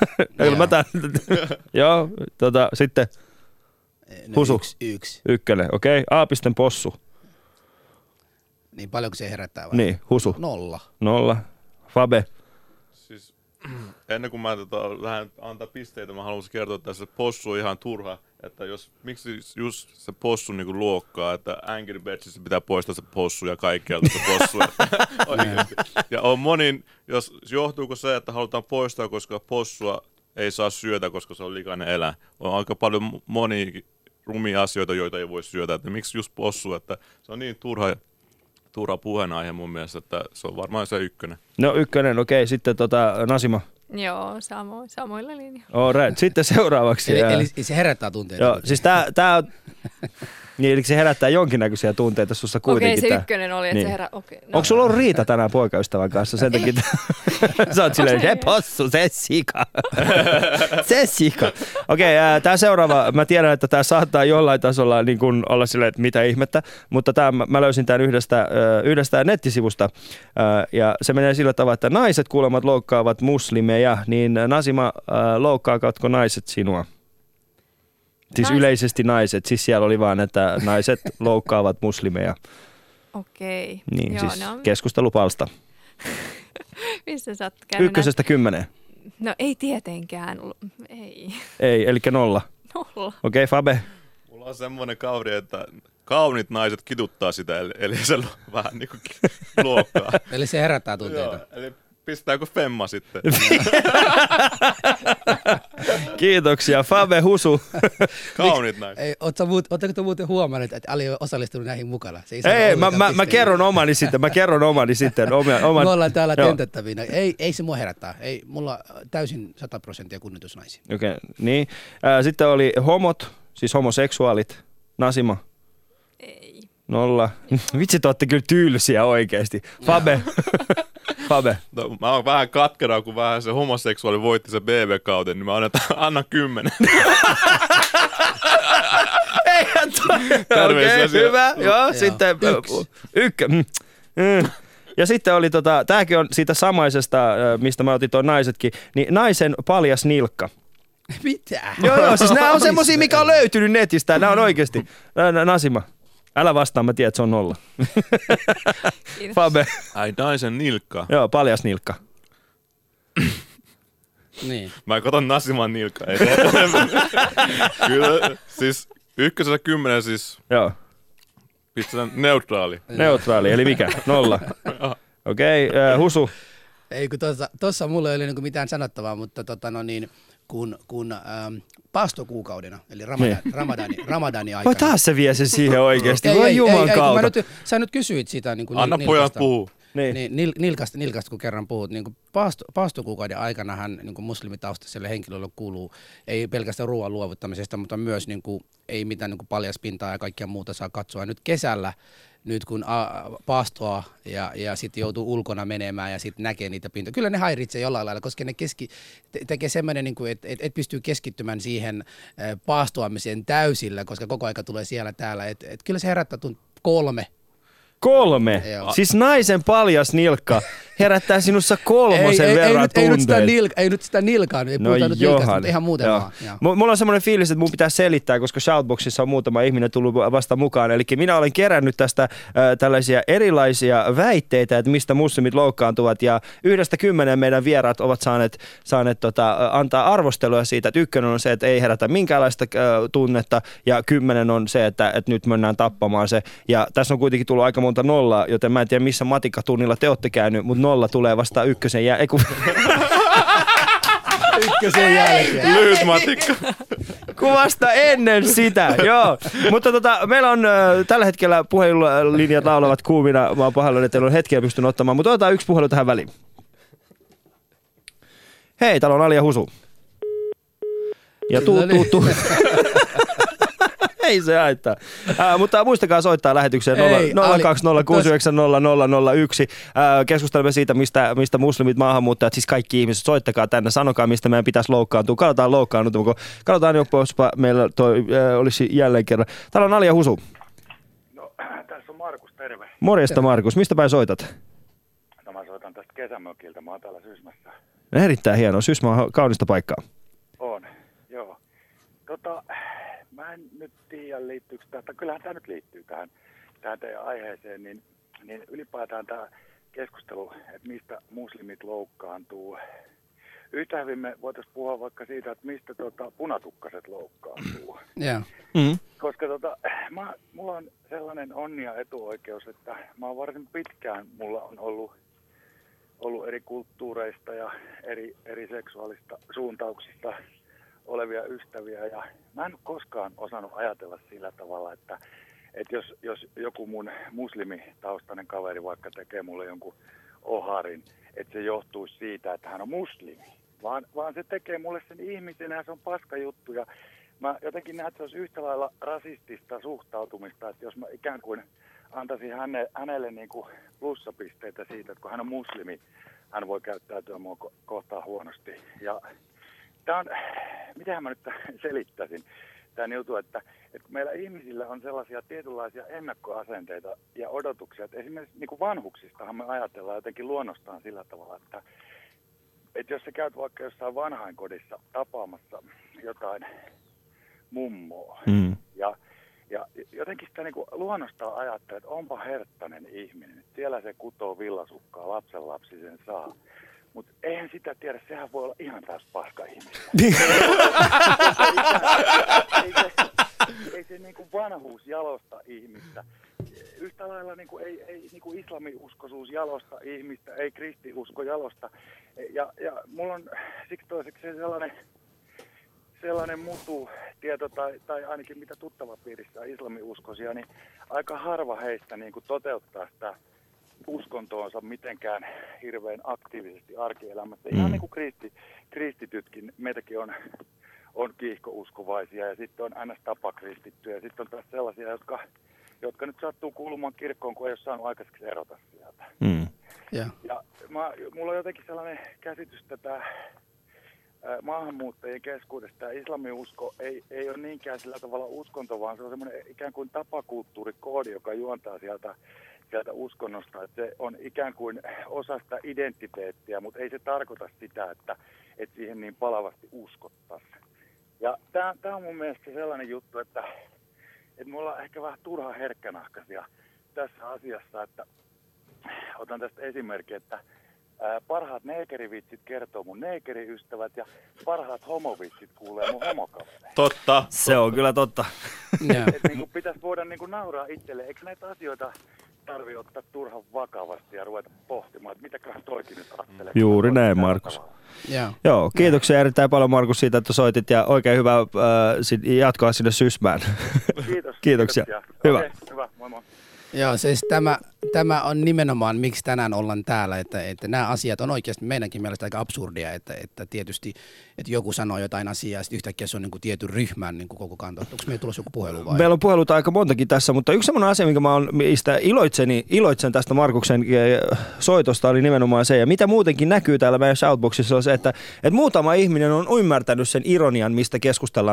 joo, sitten Husu. 1. 1, okei. A-pisten possu. Niin paljonko se herättää vai? Niin, Husu. 0. Fabe. Siis ennen kuin mä lähden antaa pisteitä, mä haluaisin kertoa, että se possu on ihan turha. Että miksi just se possu niinku luokkaa, että Angry Birdsissa pitää poistaa se possu ja kaikkialta se possu. Ja on johtuuko se, että halutaan poistaa, koska possua ei saa syödä, koska se on likainen eläin. On aika paljon monia rumia asioita, joita ei voi syödä. Että miksi just possu, että se on niin turha puheenaihe mun mielestä, että se on varmaan se 1. No 1, okei. Sitten Nasima. Joo, samoilla linjoilla. Alright, sitten seuraavaksi. Eli se herättää tunteita. Joo, siis tää on... Niin, eli se herättää jonkinnäköisiä tunteita sussa kuitenkin. Okei, se 1 oli, että niin. Se herättää. Okay, no. Onko sulla ollut riita tänään poikaystävän kanssa? Sen takia, sä oot silleen, se possu, se sika. Se sika. Okei, tää seuraava, mä tiedän, että tää saattaa jollain tasolla niin kun olla silleen, että mitä ihmettä, mutta mä löysin tämän yhdestä nettisivusta, ja se menee sillä tavalla, että naiset kuulemat loukkaavat muslimeja, niin Nasima, loukkaavatko naiset sinua? Siis yleisesti naiset, siis siellä oli vaan, että naiset loukkaavat muslimeja. Okei. Niin, joo, siis keskustelupalsta. Missä sä oot käynyt? 1-10. No ei tietenkään, ei. Ei, eli 0. 0. Okei, Fabe. Mulla on semmoinen kauri, että kaunit naiset kiduttaa sitä, eli se vähän niin kuin luokkaa. Eli se herättää tunteita. Joo, eli Pistääkö femma sitten? Kiitoksia. Fabe Husu. Kaunit näin. Oletteko te muuten huomannut, että Ali on osallistunut näihin mukana? Ei, mä kerron omani sitten. Me ollaan täällä tentettävinä. Ei se mua herättää. Ei, mulla täysin 100% kunnioitus naisiin. Okei, niin. Sitten oli homot, siis homoseksuaalit. Nasima. Ei. 0. Vitsi, te ootte kyllä tylsiä oikeesti. Fabe. Fabe. No, mä oon vähän katkeraa, kun vähän se homoseksuaali voitti se BB-kauden, niin mä annan 10. Eihän Terveisiä okay, hyvä. Joo, sitten Ja sitten oli tääkin on siitä samaisesta, mistä mä otin tuon naisetkin, niin naisen paljas nilkka. Mitä? Joo, siis nämä on semmosia, mikä on löytynyt netistä. Nämä on oikeesti. Nasima, älä vastaa, mä tiedän, että se on 0. Fabe. Ai naisen nilkka. Joo, paljas nilkka. Niin. Mä katon Nasiman nilkka. Kyllä, siis 10 siis. Joo. Pistetään neutraali. Neutraali, eli mikä? 0. Okei, Husu. Ei, kun tossa mulla ei ole niinku mitään sanottavaa, mutta kun paastokuukaudena, eli ramadani aikana. Voi taas se vie sen siihen oikeesti. Voi juman kautta. Sä nyt kysyit sitä niin Anna pojan puhua. Niin, nilkasta kun kerran puhut, niin paastokuukauden aikanahan niin muslimitaustaiselle henkilölle kuuluu ei pelkästään ruoan luovuttamisesta, mutta myös niin kuin, ei mitään niin paljaspintaa ja kaikkea muuta saa katsoa. Nyt kesällä, nyt kun paastoa ja sitten joutuu ulkona menemään ja sitten näkee niitä pintoja, kyllä ne häiritsee jollain lailla, koska ne tekee semmoinen, niin että et pystyy keskittymään siihen paastoamiseen täysillä, koska koko aika tulee siellä täällä. Et kyllä se herättää 3. 3. Joo. Siis naisen paljas nilkka herättää sinussa 3 verran tunteita. Ei nyt sitä nilkaa, ei puhuta nyt nilkasta, mutta ihan muuten vaan. Mulla on semmoinen fiilis, että mun pitää selittää, koska Shoutboxissa on muutama ihminen tullut vasta mukaan. Eli minä olen kerännyt tästä tällaisia erilaisia väitteitä, että mistä muslimit loukkaantuvat. Ja 1-10 meidän vieraat ovat saaneet antaa arvostelua siitä, että 1 on se, että ei herätä minkäänlaista tunnetta. Ja 10 on se, että nyt mennään tappamaan se. Ja tässä on kuitenkin tullut aika monta nollaa, joten mä en tiedä missä matikkatunnilla te olette käynyt, mutta 0 tulee vasta 1 jälkeen. Ykkösen jälkeen. Lyhyt matikka. Kuvasta ennen sitä, joo. Mutta meillä on tällä hetkellä puhelinlinjat laulavat kuumina. Mä oon pahoillani, että teillä on hetkeä pystynyt ottamaan, mutta otetaan yksi puhelu tähän väliin. Hei, täällä on Ali ja Husu. Ja tuu. Ei se haittaa. Mutta muistakaa soittaa lähetykseen 020690001. Keskustelemme siitä, mistä muslimit, maahanmuuttajat, siis kaikki ihmiset, soittakaa tänne, sanokaa, mistä meidän pitäisi loukkaantua. Katsotaan loukkaannutummeko. Katsotaan jospa meillä olisi jälleen kerran. Täällä on Ali ja Husu. No, tässä on Markus, terve. Morjesta Markus, mistä päin soitat? No mä soitan tästä kesämökiltä, mä oon täällä Sysmässä. Erittäin hienoa, Sysmä on kaunista paikkaa. On, joo. Mä en nyt tiedä liittyykö tähän, kyllähän tämä nyt liittyy tähän teidän aiheeseen, niin ylipäätään tämä keskustelu, että mistä muslimit loukkaantuu. Yhtä hyvin me voitaisiin puhua vaikka siitä, että mistä punatukkaset loukkaantuu. Yeah. Mm-hmm. Koska mulla on sellainen onni ja etuoikeus, että mä oon varsin pitkään, mulla on ollut eri kulttuureista ja eri seksuaalista suuntauksista olevia ystäviä, ja mä en koskaan osannut ajatella sillä tavalla, että jos joku mun muslimitaustainen kaveri vaikka tekee mulle jonkun oharin, että se johtuisi siitä, että hän on muslimi, vaan se tekee mulle sen ihmisen ja se on paska juttu, ja mä jotenkin näen, että se olisi yhtä lailla rasistista suhtautumista, että jos mä ikään kuin antaisin hänelle niin kuin plussapisteitä siitä, että kun hän on muslimi, hän voi käyttäytyä mua kohtaan huonosti. Ja tämä on, mitähän mä nyt selittäisin, tämän jutun, että meillä ihmisillä on sellaisia tietynlaisia ennakkoasenteita ja odotuksia, että esimerkiksi niin kuin vanhuksistahan me ajatellaan jotenkin luonnostaan sillä tavalla, että jos sä käyt vaikka jossain vanhainkodissa tapaamassa jotain mummoa, ja jotenkin sitä niin kuin luonnostaan ajattelee, että onpa herttainen ihminen, että siellä se kutoo villasukkaa, lapsenlapsi sen saa. Mutta eihän sitä tiedä, sehän voi olla ihan taas paska ihmistä. Ei se niin kuin vanhuus jalosta ihmistä. yhtä lailla niin kuin ei niin kuin islamiuskoisuus jalosta ihmistä, ei kristiusko jalosta. Ja mulla on siksi toiseksi sellainen mututieto, tai ainakin mitä tuttavapiirissä on islamiuskoisia, niin aika harva heistä niin kuin toteuttaa sitä uskontoonsa mitenkään hirveän aktiivisesti arkielämässä. Ihan niin kuin kristitytkin, meitäkin on kiihkouskovaisia ja sitten on ns-tapakristittyjä ja sitten on taas sellaisia, jotka nyt sattuu kuulumaan kirkkoon, kun ei ole saanut aikaiseksi erota sieltä. Yeah. Ja mulla on jotenkin sellainen käsitys tätä maahanmuuttajien keskuudesta. Tämä islamiusko ei ole niinkään sillä tavalla uskonto, vaan se on semmoinen ikään kuin tapakulttuurikoodi, joka juontaa sieltä uskonnosta. Että se on ikään kuin osa sitä identiteettiä, mutta ei se tarkoita sitä, että siihen niin palavasti uskottaisiin. Ja tämä on mun mielestä sellainen juttu, että me ollaan ehkä vähän turha herkkänahkaisia tässä asiassa, että otan tästä esimerkkiä, että parhaat neekerivitsit kertoo mun neekeriystävät ja parhaat homovitsit kuulee mun homokavereita. Totta. Se on kyllä totta. Että niin pitäisi voida niin kuin nauraa itselle. Eikö näitä asioita tarvitse ottaa turhan vakavasti ja ruveta pohtimaan, että mitäköhän toikin nyt ajattelee. Juuri näin, Markus. Joo, kiitoksia erittäin paljon, Markus, siitä, että soitit ja oikein hyvää jatkoa sinne Sysmään. Kiitos. Kiitoksia. Hyvä. Okay, hyvä, moi moi. Joo, siis tämä on nimenomaan, miksi tänään ollaan täällä, että nämä asiat on oikeasti meidänkin mielestä aika absurdia, että tietysti että joku sanoo jotain asiaa ja sitten yhtäkkiä se on niin kuin tietyn ryhmän niin kuin koko kanta. Onko meillä tulossa joku puhelu vai? Meillä on puheluita aika montakin tässä, mutta yksi sellainen asia, mistä iloitsen tästä Markuksen soitosta oli nimenomaan se, ja mitä muutenkin näkyy täällä meidän shoutboxissa on se, että muutama ihminen on ymmärtänyt sen ironian, mistä keskustellaan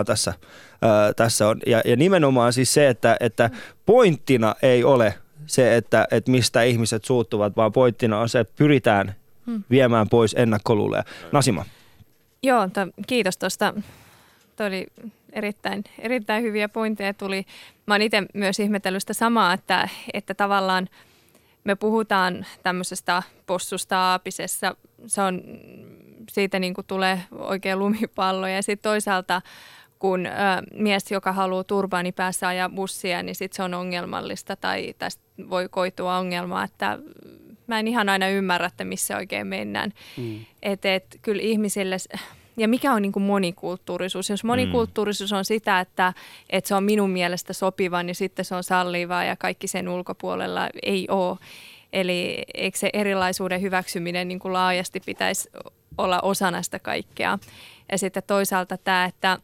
tässä on. Ja nimenomaan siis se, että pointtina ei ole se, että mistä ihmiset suuttuvat, vaan pointtina on se, että pyritään viemään pois ennakkoluuleja. Nasima. Joo, kiitos tuosta. Tuo oli erittäin hyviä pointteja tuli. Mä oon itse myös ihmetellyt sitä samaa, että tavallaan me puhutaan tämmöisestä possusta aapisessa. Se on, siitä niin kuin tulee oikein lumipallo ja sitten toisaalta kun mies, joka haluaa turbaani päässä ajaa bussia, niin sitten se on ongelmallista tai tästä voi koitua ongelmaa, että mä en ihan aina ymmärrä, että missä oikein mennään. Et kyllä ihmisille, ja mikä on niin kuin monikulttuurisuus? Jos monikulttuurisuus on sitä, että se on minun mielestä sopiva, niin sitten se on sallivaa ja kaikki sen ulkopuolella ei ole. Eli eikö se erilaisuuden hyväksyminen niin kuin laajasti pitäisi olla osana sitä kaikkea? Ja sitten toisaalta tämä, että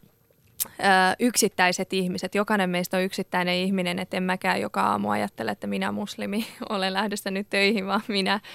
yksittäiset ihmiset, jokainen meistä on yksittäinen ihminen, että en mäkään joka aamu ajattele, että minä muslimi olen lähdössä nyt töihin, vaan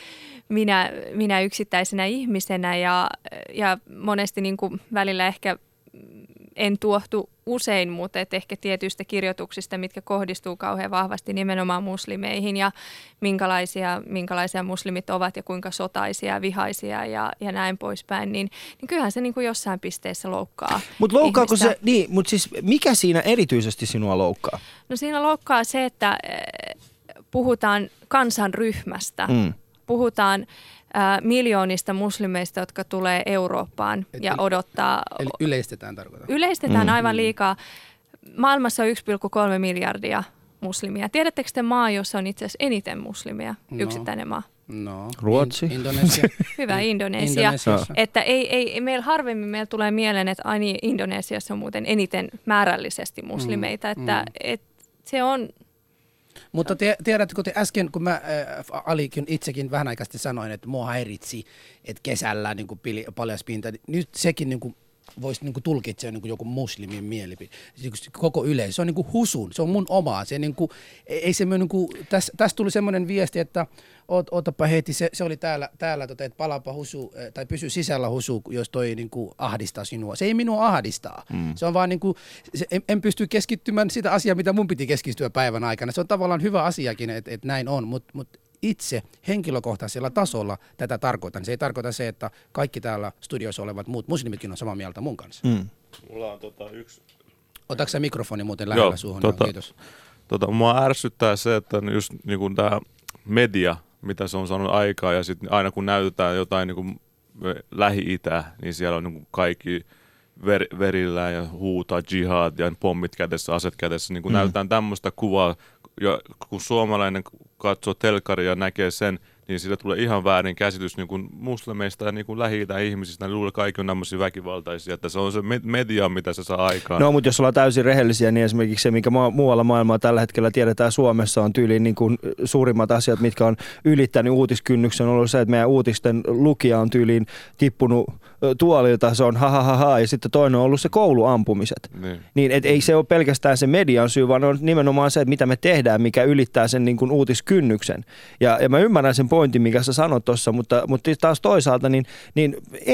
minä yksittäisenä ihmisenä ja monesti niin kuin välillä ehkä en tuohtu usein, mutta ehkä tietyistä kirjoituksista, mitkä kohdistuu kauhean vahvasti nimenomaan muslimeihin ja minkälaisia muslimit ovat ja kuinka sotaisia ja vihaisia ja näin poispäin, niin kyllähän se niin kuin jossain pisteessä loukkaa. Mutta loukkaako se, niin, mutta siis mikä siinä erityisesti sinua loukkaa? No siinä loukkaa se, että puhutaan kansanryhmästä, puhutaan miljoonista muslimeista, jotka tulee Eurooppaan ja odottaa. Eli yleistetään tarkoittaa. Yleistetään aivan liikaa. Maailmassa on 1,3 miljardia muslimia. Tiedättekö te maa, jossa on itse asiassa eniten muslimia? Yksittäinen maa. No. Ruotsi. Indonesia. Hyvä, Indonesia. Että ei harvemmin meillä tulee mieleen, että Indonesiassa on muuten eniten määrällisesti muslimeita. Että se on. Mutta tiedätkö te äsken, kun mä Alikin itsekin vähän aikaa sitten sanoin, että mua häiritsi, että kesällä niin kuin paljaspinta, nyt sekin niin kuin voisi niin kuin tulkita niin kuin joku muslimin mielipide. Koko yleisö, se on niin kuin husun, se on mun omaa. Se, niin kuin, ei se niin kuin, tässä tuli semmoinen viesti, että otapa heti, se oli täällä että palapa husu, tai pysy sisällä husu, jos toi niin kuin ahdistaa sinua. Se ei minua ahdistaa. Se on vaan niin kuin, en pysty keskittymään sitä asiaa, mitä mun piti keskittyä päivän aikana. Se on tavallaan hyvä asiakin, että näin on, mutta itse henkilökohtaisella tasolla tätä tarkoitan. Se ei tarkoita se, että kaikki täällä studiossa olevat muut muslimitkin on samaa mieltä mun kanssa. Mulla on yksi. Otatko sä mikrofoni muuten lähellä suuhun? Kiitos. Mua ärsyttää se, että just niin tämä media, mitä se on saanut aikaa, ja sitten aina kun näytetään jotain niin Lähi-Itää, niin siellä on niin kaikki verillään ja huutaa jihad ja pommit kädessä, aset kädessä. Niin näytetään tämmöistä kuvaa ja kun suomalainen katsoo telkkaria ja näkee sen, niin siitä tulee ihan väärin käsitys niin kuin muslimeista ja niin kuin Lähi-idän ihmisistä. Ne luulee, kaikki on tämmöisiä väkivaltaisia, että se on se media, mitä se saa aikaan. No, mutta jos ollaan täysin rehellisiä, niin esimerkiksi se, mikä muualla maailmaa tällä hetkellä tiedetään Suomessa, on tyyliin niin kuin suurimmat asiat, mitkä on ylittänyt uutiskynnyksen, on ollut se, että meidän uutisten lukija on tyyliin tippunut tuolilta, se on ha, ja sitten toinen on ollut se kouluampumiset. Niin et ei se ole pelkästään se median syy, vaan on nimenomaan se, että mitä me tehdään, mikä ylittää sen niin kuin uutiskynnyksen. Ja mä ymmärrän sen pointin, mikä sä sanot tuossa, mutta taas toisaalta, niin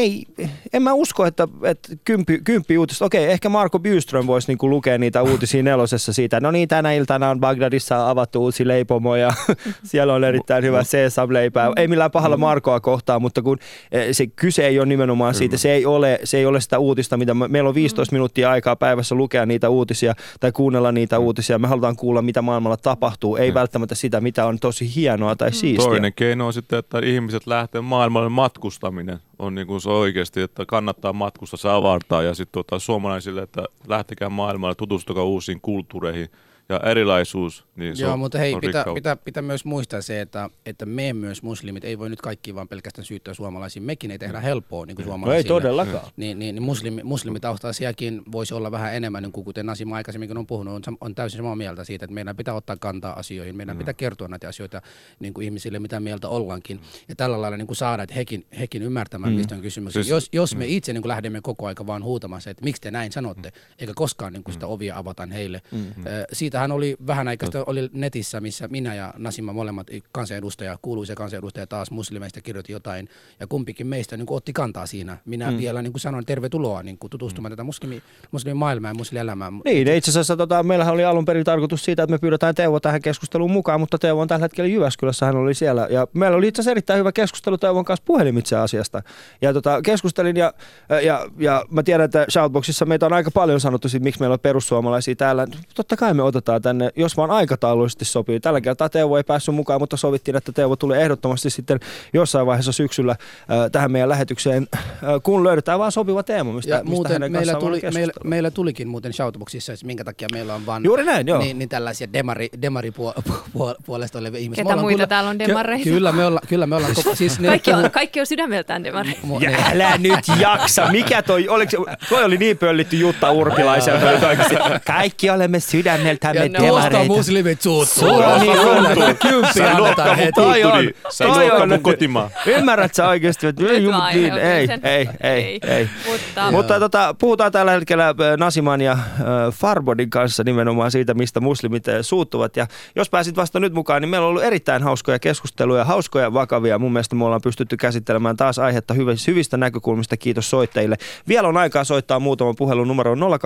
en mä usko, että kymppi uutista. Okei, ehkä Marko Byström voisi niinku lukea niitä uutisia Nelosessa siitä, no niin, tänä iltana on Bagdadissa avattu uusi leipomo ja siellä on erittäin hyvä sesam-leipää. Ei millään pahalla Markoa kohtaan, mutta kun se kyse ei ole nimenomaan siitä, se ei ole sitä uutista, mitä meillä on 15 minuuttia aikaa päivässä lukea niitä uutisia tai kuunnella niitä uutisia. Me halutaan kuulla, mitä maailmalla tapahtuu, ei välttämättä sitä, mitä on tosi hienoa tai siistiä. Toinen keino on sitten, että ihmiset lähtee maailmalle matkustaminen. On niin kuin se oikeasti, että kannattaa matkustaa, se avartaa ja sitten suomalaisille, että lähtekää maailmalle, tutustukaa uusiin kulttuureihin ja erilaisuus. Niin joo, mutta hei, pitää myös muistaa se, että me myös muslimit, ei voi nyt kaikki vaan pelkästään syyttää suomalaisiin. Mekin ei tehdä helppoa niin kuin suomalaisille. Ei todellakaan. Niin muslimitaustaisiakin voisi olla vähän enemmän, niin kuin kuten Nasima aikaisemmin on puhunut, on täysin samaa mieltä siitä, että meidän pitää ottaa kantaa asioihin, meidän pitää kertoa näitä asioita niin kuin ihmisille, mitä mieltä ollaankin. Ja tällä lailla niin kuin saada, että hekin ymmärtämään, mistä on kysymys. Siis, jos me itse niin kuin lähdemme koko aika vaan huutamaan se, että miksi te näin sanotte, eikä koskaan niin kuin sitä ovia avataan heille. Siitähän oli vähän aikaista, oli netissä, missä minä ja Nasima molemmat kuuluisia kansanedustaja taas muslimeista kirjoitti jotain, ja kumpikin meistä niin kuin otti kantaa siinä. Minä vielä niin kuin sanoin tervetuloa niin kuin tutustumaan tätä muslimimaailmaa ja muslimielämään. Niin, itse asiassa meillähän oli alun perin tarkoitus siitä, että me pyydetään Teuvo tähän keskusteluun mukaan, mutta Teuvo on tällä hetkellä Jyväskylässä, hän oli siellä, ja meillä oli itse asiassa erittäin hyvä keskustelu Teuvon kanssa puhelimitse asiasta. Ja keskustelin, ja mä tiedän, että Shoutboxissa meitä on aika paljon sanottu siitä, miksi meillä on perussuomalaisia täällä. Totta kai me otetaan tänne, jos vaan aikataulullisesti sopii. Tällä kertaa Teuvo ei päässyt mukaan, mutta sovittiin, että Teuvo tulee ehdottomasti sitten jossain vaiheessa syksyllä tähän meidän lähetykseen, kun löydetään vaan sopiva teema, mistä hänen kanssaan voi keskustella. Meillä tulikin muuten Shoutboxissa, minkä takia meillä on vaan juuri näin, joo. Niin tällaisia demaripuolesta olevia ihmisiä. Ketä muita täällä on demareita? Kyllä me ollaan siis kaikki on sydämeltään demareita. Älä nyt jaksa. Mikä toi oli niin pöllitty Jutta Urpilaiselta. Kaikki olemme sydämeltämme demareita. Tuosta muslimit suuttuu. Kymppiä annetaan heti. Toi on kotimaa. Ymmärrät sä oikeasti? Ei. Mutta puhutaan tällä hetkellä Nasiman ja Farbodin kanssa nimenomaan siitä, mistä muslimit suuttuvat. Ja jos pääsit vasta nyt mukaan, niin meillä on ollut erittäin hauskoja keskusteluja, hauskoja vakavia. Mun mielestä me ollaan pystytty käsittelemään taas aihetta hyvistä näkökulmista. Kiitos soittajille. Vielä on aikaa soittaa muutaman puhelun numeroon 020690001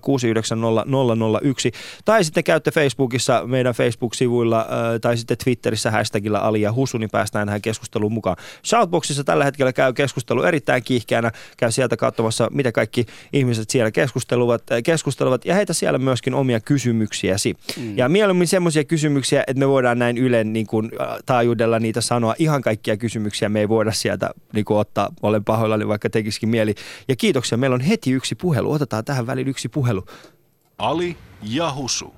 tai sitten käytte Facebookissa meidän Facebook-sivuilla tai sitten Twitterissä hashtagilla Ali ja Husu, niin päästään tähän keskusteluun mukaan. Shoutboxissa tällä hetkellä käy keskustelu erittäin kiihkeänä. Käy sieltä katsomassa, mitä kaikki ihmiset siellä keskustelevat ja heitä siellä myöskin omia kysymyksiäsi. Ja mieluummin semmoisia kysymyksiä, että me voidaan näin Ylen niin kuin, taajuudella niitä sanoa. Ihan kaikkia kysymyksiä me ei voida sieltä niin kuin, ottaa. Olen pahoillani, vaikka tekisikin mieli. Ja kiitoksia. Meillä on heti yksi puhelu. Otetaan tähän väliin yksi puhelu. Ali ja Husu.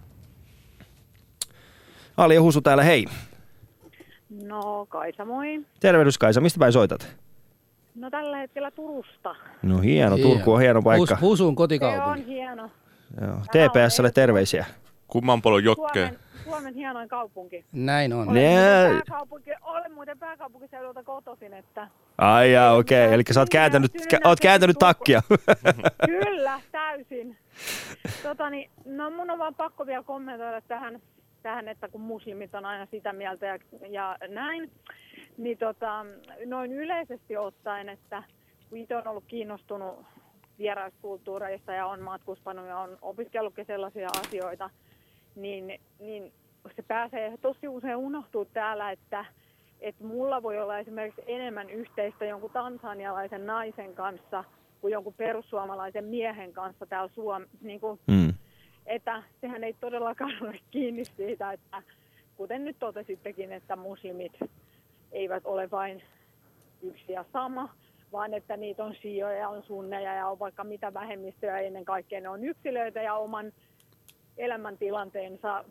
Ali ja Husu täällä, hei. No Kaisa, moi. Tervehdys Kaisa, mistä päin soitat? No tällä hetkellä Turusta. No hieno, Turku on hieno paikka. Husun kotikaupunki. Se on hieno. Joo. TPS:lle terveisiä. Kumman polon jokkeen? Suomen hienoin kaupunki. Näin on. Olen muuten pääkaupunkiseudulta kotoisin, että... Ai jaa, okei. Eli sä oot kääntänyt takkia. Kyllä, täysin. No mun on vaan pakko vielä kommentoida tähän, että kun muslimit on aina sitä mieltä ja näin, niin noin yleisesti ottaen, että kun itse on ollut kiinnostunut vieraiskulttuureista ja on matkustanut ja on opiskellut sellaisia asioita, niin se pääsee tosi usein unohtuu täällä, että mulla voi olla esimerkiksi enemmän yhteistä jonkun tansanialaisen naisen kanssa kuin jonkun perussuomalaisen miehen kanssa täällä Suomessa. Niin että sehän ei todellakaan ole kiinni siitä, että kuten nyt totesittekin, että muslimit eivät ole vain yksi ja sama, vaan että niitä on shioja, on sunneja ja on vaikka mitä vähemmistöjä, ennen kaikkea ne on yksilöitä ja oman elämäntilanteensa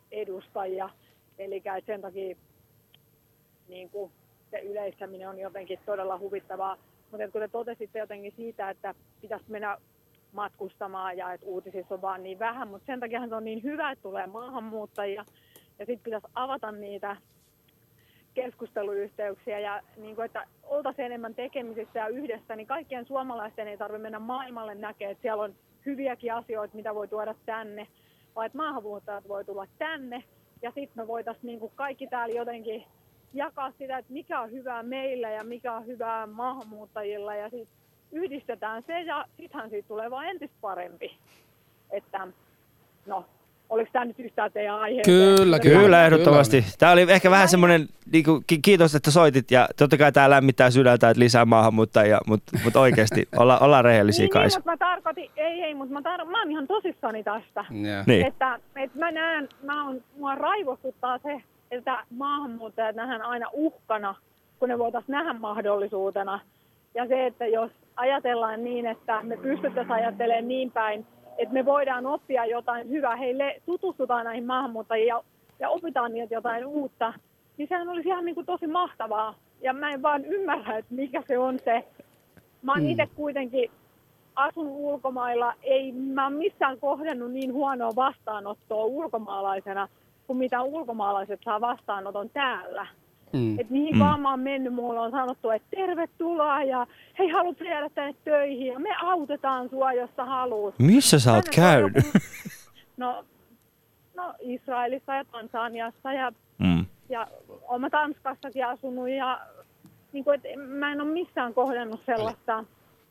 edustajia. Eli sen takia niin kuin se yleistäminen on jotenkin todella huvittavaa. Mutta kun te totesitte jotenkin siitä, että pitäisi mennä matkustamaan ja että uutisissa on vaan niin vähän, mutta sen takia se on niin hyvä, että tulee maahanmuuttajia ja sitten pitäisi avata niitä keskusteluyhteyksiä ja niin kuin, että oltaisiin enemmän tekemisissä ja yhdessä, niin kaikkien suomalaisten ei tarvitse mennä maailmalle näkemään, että siellä on hyviäkin asioita, mitä voi tuoda tänne, vaan että maahanmuuttajat voi tulla tänne ja sitten me voitaisiin niin kuin kaikki täällä jotenkin jakaa sitä, että mikä on hyvää meillä ja mikä on hyvää maahanmuuttajilla ja sitten yhdistetään se ja sittenhän siitä tulee vaan entistä parempi. Että no, oliko tämä nyt yhtään teidän aiheeseen? Kyllä, ehdottomasti. Tämä oli ehkä vähän semmoinen, kiitos, että soitit ja totta kai tämä lämmittää sydäntä, että lisää maahanmuuttajia, mutta oikeasti ollaan rehellisiä Kaisa. Mutta mä tarkoitin, mutta mä oon ihan tosissani tästä. Yeah. Niin. Että mä näen, mua raivostuttaa se, että maahanmuuttajat nähdään aina uhkana, kun ne voitaisiin nähdä mahdollisuutena. Ja se, että jos ajatellaan niin, että me pystyttäisiin ajattelemaan niin päin, että me voidaan oppia jotain hyvää, heille tutustutaan näihin maahanmuuttajiin ja opitaan niiltä jotain uutta, niin sehän olisi ihan niin kuin tosi mahtavaa. Ja mä en vaan ymmärrä, että mikä se on se. Mä oon itse kuitenkin asunut ulkomailla, mä oon missään kohdannut niin huonoa vastaanottoa ulkomaalaisena, kuin mitä ulkomaalaiset saa vastaanoton täällä. Että mihin vaan mä oon mennyt, mulla on sanottu, että tervetuloa ja hei, haluat jäädä tänne töihin ja me autetaan sua, jos sä haluat. Missä sä oot käynyt? No Israelissa ja Tansaniassa ja oon mä Tanskassakin asunut ja niin kuin, mä en ole missään kohdannut sellaista.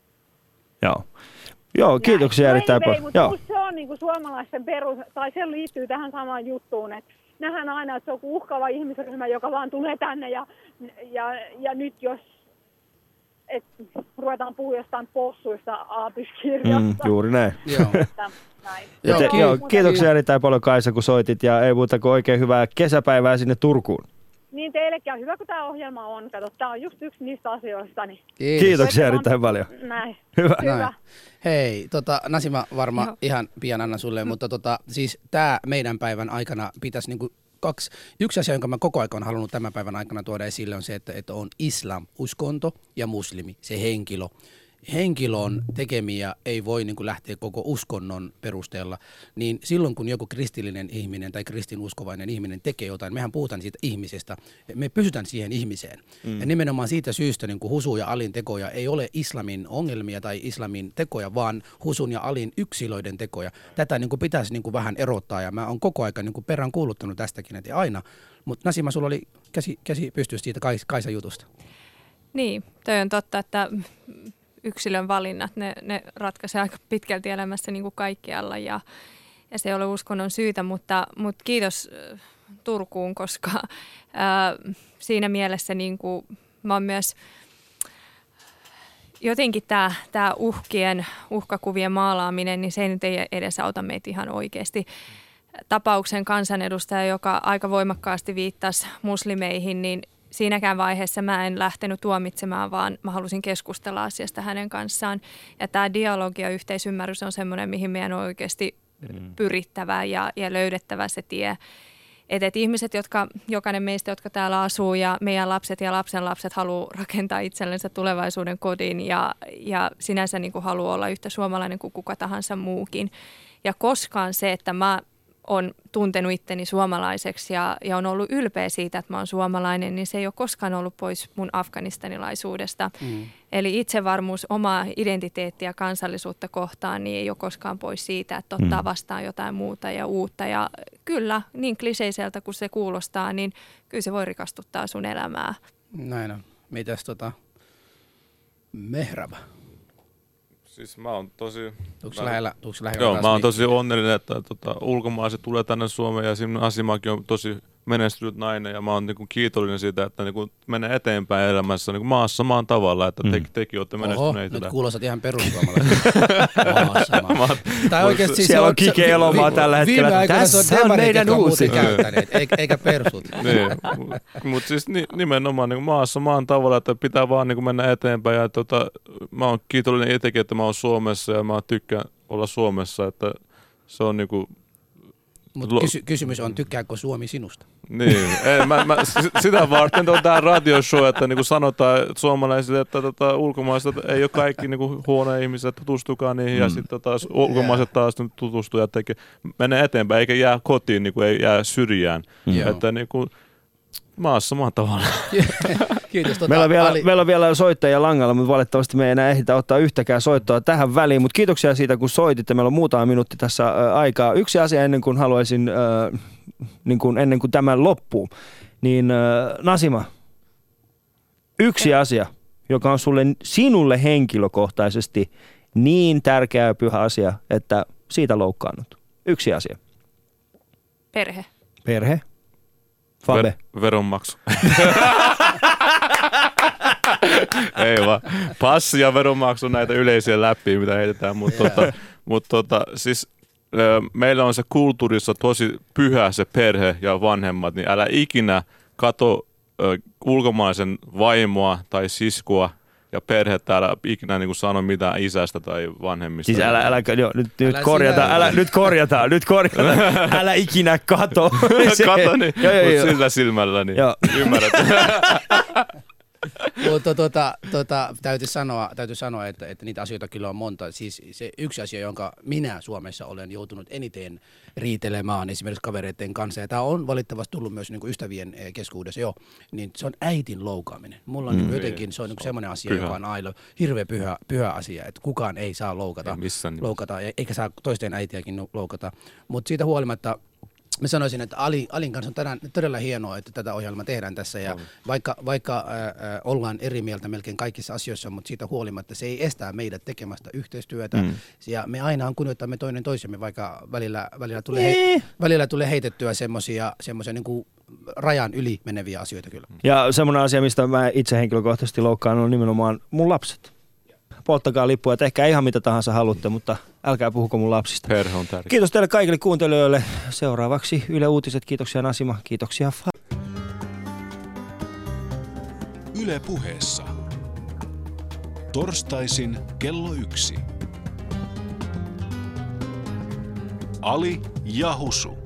Joo, kiitoksia erittäin paljon. Mutta se on niin kuin suomalaisten tai se liittyy tähän samaan juttuun, että nähdään aina, että se on uhkaava ihmisryhmä, joka vaan tulee tänne ja nyt jos ruvetaan puhua jostain possuista aapiskirjasta. Juuri näin. Joo, kiitoksia erittäin paljon Kaisa, kun soitit ja ei muuta kuin oikein hyvää kesäpäivää sinne Turkuun. Niin teillekin on hyvä, kun tämä ohjelma on. Kato, tämä on just yksi niistä asioista. Niin kiitoksia erittäin paljon. Näin. Hyvä. Näin. Hei, Nasima varmaan ihan pian annan sulle, mutta siis tämä meidän päivän aikana pitäisi niinku yksi asia, jonka mä koko ajan olen halunnut tämän päivän aikana tuoda esille on se, että on islam, uskonto ja muslimi, se henkilö. Henkilön tekemiä ei voi niin kuin lähteä koko uskonnon perusteella, niin silloin kun joku kristillinen ihminen tai kristinuskovainen ihminen tekee jotain, mehän puhutaan siitä ihmisestä, me pysytään siihen ihmiseen. Ja nimenomaan siitä syystä niin kuin Husun ja Alin tekoja ei ole islamin ongelmia tai islamin tekoja, vaan Husun ja Alin yksilöiden tekoja. Tätä niin kuin pitäisi niin kuin vähän erottaa ja mä oon koko ajan niin kuin perään kuuluttanut tästäkin, että aina. Mutta Nasima, sulla oli käsi pystyssä siitä Kaisa jutusta. Niin, toi on totta, että yksilön valinnat, ne ratkaisee aika pitkälti elämässä niin kuin kaikkialla ja se ei ole uskonnon syytä, mutta kiitos Turkuun, koska siinä mielessä niin kuin, mä oon myös jotenkin tämä uhkakuvien maalaaminen, niin se ei nyt ei edes auta meitä ihan oikeasti. Tapauksen kansanedustaja, joka aika voimakkaasti viittasi muslimeihin, niin siinäkään vaiheessa mä en lähtenyt tuomitsemaan, vaan mä halusin keskustella asiasta hänen kanssaan. Ja tämä dialogi ja yhteisymmärrys on semmoinen, mihin meidän on oikeasti pyrittävä ja löydettävä se tie. Että ihmiset, jokainen meistä, jotka täällä asuu ja meidän lapset ja lapsenlapset haluaa rakentaa itsellensä tulevaisuuden kodin ja sinänsä niin kuin haluaa olla yhtä suomalainen kuin kuka tahansa muukin. Ja koskaan se, että mä on tuntenut itteni suomalaiseksi ja on ollut ylpeä siitä, että mä oon suomalainen, niin se ei ole koskaan ollut pois mun afganistanilaisuudesta. Eli itsevarmuus omaa identiteettiä ja kansallisuutta kohtaan niin ei ole koskaan pois siitä, että ottaa vastaan jotain muuta ja uutta. Ja kyllä, niin kliseiseltä kuin se kuulostaa, niin kyllä se voi rikastuttaa sun elämää. Näin on. Mitäs Mehrab? Siis mä oon tosi... Joo, mä oon tosi onnellinen, että ulkomaalaiset tulee tänne Suomeen ja Simon Asimakin on tosi menestynyt nainen ja mä oon niinku kiitollinen siitä, että niinku menee eteenpäin elämässä niinku maassa maan tavalla, että tekin olette menestyneitä. Oho, nyt kuulostat ihan perussuomalaiset. Tai oikeesti siis siellä on Kike Elomaa tällä hetkellä. Tässä on meidän uusi. Eikä persut. Niin, mutta siis nimenomaan niinku maassa maan tavalla, että pitää vaan niinku mennä eteenpäin ja mä oon kiitollinen itsekin, että mä oon Suomessa ja mä tykkään olla Suomessa, että se on niinku Mutta kysymys on, tykkääkö Suomi sinusta? Niin, sitä varten on tämä radioshow, että niinku sanotaan suomalaisille, että ulkomaiset ei ole kaikki niinku huonoja ihmisiä, tutustukaa niihin ja sitten taas ulkomaiset taas tutustuu ja menee eteenpäin eikä jää kotiin, niinku ei jää syrjään. Että niinku maassa maan tavalla. Kiitos. Meillä on vielä soittajia langalla, mutta valitettavasti me ei enää ehditä ottaa yhtäkään soittoa tähän väliin. Mutta kiitoksia siitä, kun soititte. Meillä on muutama minuutti tässä aikaa. Yksi asia ennen kuin haluaisin, ennen kuin tämä loppuu, niin Nasima, yksi asia, joka on sinulle henkilökohtaisesti niin tärkeä ja pyhä asia, että siitä loukkaannut. Yksi asia. Perhe. Fabe. Veronmaksu. Ei vaan. Passi ja veronmaksu on näitä yleisiä läppiä, mitä heitetään. Mutta siis meillä on se kulttuurissa tosi pyhä se perhe ja vanhemmat, niin älä ikinä kato ulkomaisen vaimoa tai siskua ja perhe täällä ikinä niin sano mitään isästä tai vanhemmista. Siis nyt korjataan. Älä ikinä kato. Kato niin, mutta sillä silmällä, niin ymmärrät. Täytyy sanoa, että niitä asioita kyllä on monta. Siis se yksi asia, jonka minä Suomessa olen joutunut eniten riitelemään esimerkiksi kavereiden kanssa, ja tämä on valitettavasti tullut myös niin kuin ystävien keskuudessa niin se on äitin loukaaminen. Mulla on niin jotenkin, se on niin semmoinen asia, joka on aina hirveän pyhä asia, että kukaan ei saa loukata eikä saa toisten äitiäkin loukata, mutta siitä huolimatta mä sanoisin, että Alin kanssa on tänään todella hienoa, että tätä ohjelmaa tehdään tässä ja vaikka ollaan eri mieltä melkein kaikissa asioissa, mutta siitä huolimatta se ei estää meidät tekemästä yhteistyötä ja me aina kunnioitamme toinen toisemme, vaikka välillä tulee heitettyä semmoisia niin kuin rajan yli meneviä asioita kyllä. Ja semmoinen asia, mistä mä itse henkilökohtaisesti loukkaan, on nimenomaan mun lapset. Polttakaa lippuja, tehkää ihan mitä tahansa haluatte, mutta älkää puhuko mun lapsista. Perhe on tärkeä. Kiitos teille kaikille kuuntelijoille. Seuraavaksi Yle Uutiset. Kiitoksia Nasima. Kiitoksia Yle Puheessa. Torstaisin kello 1. Ali ja Husu.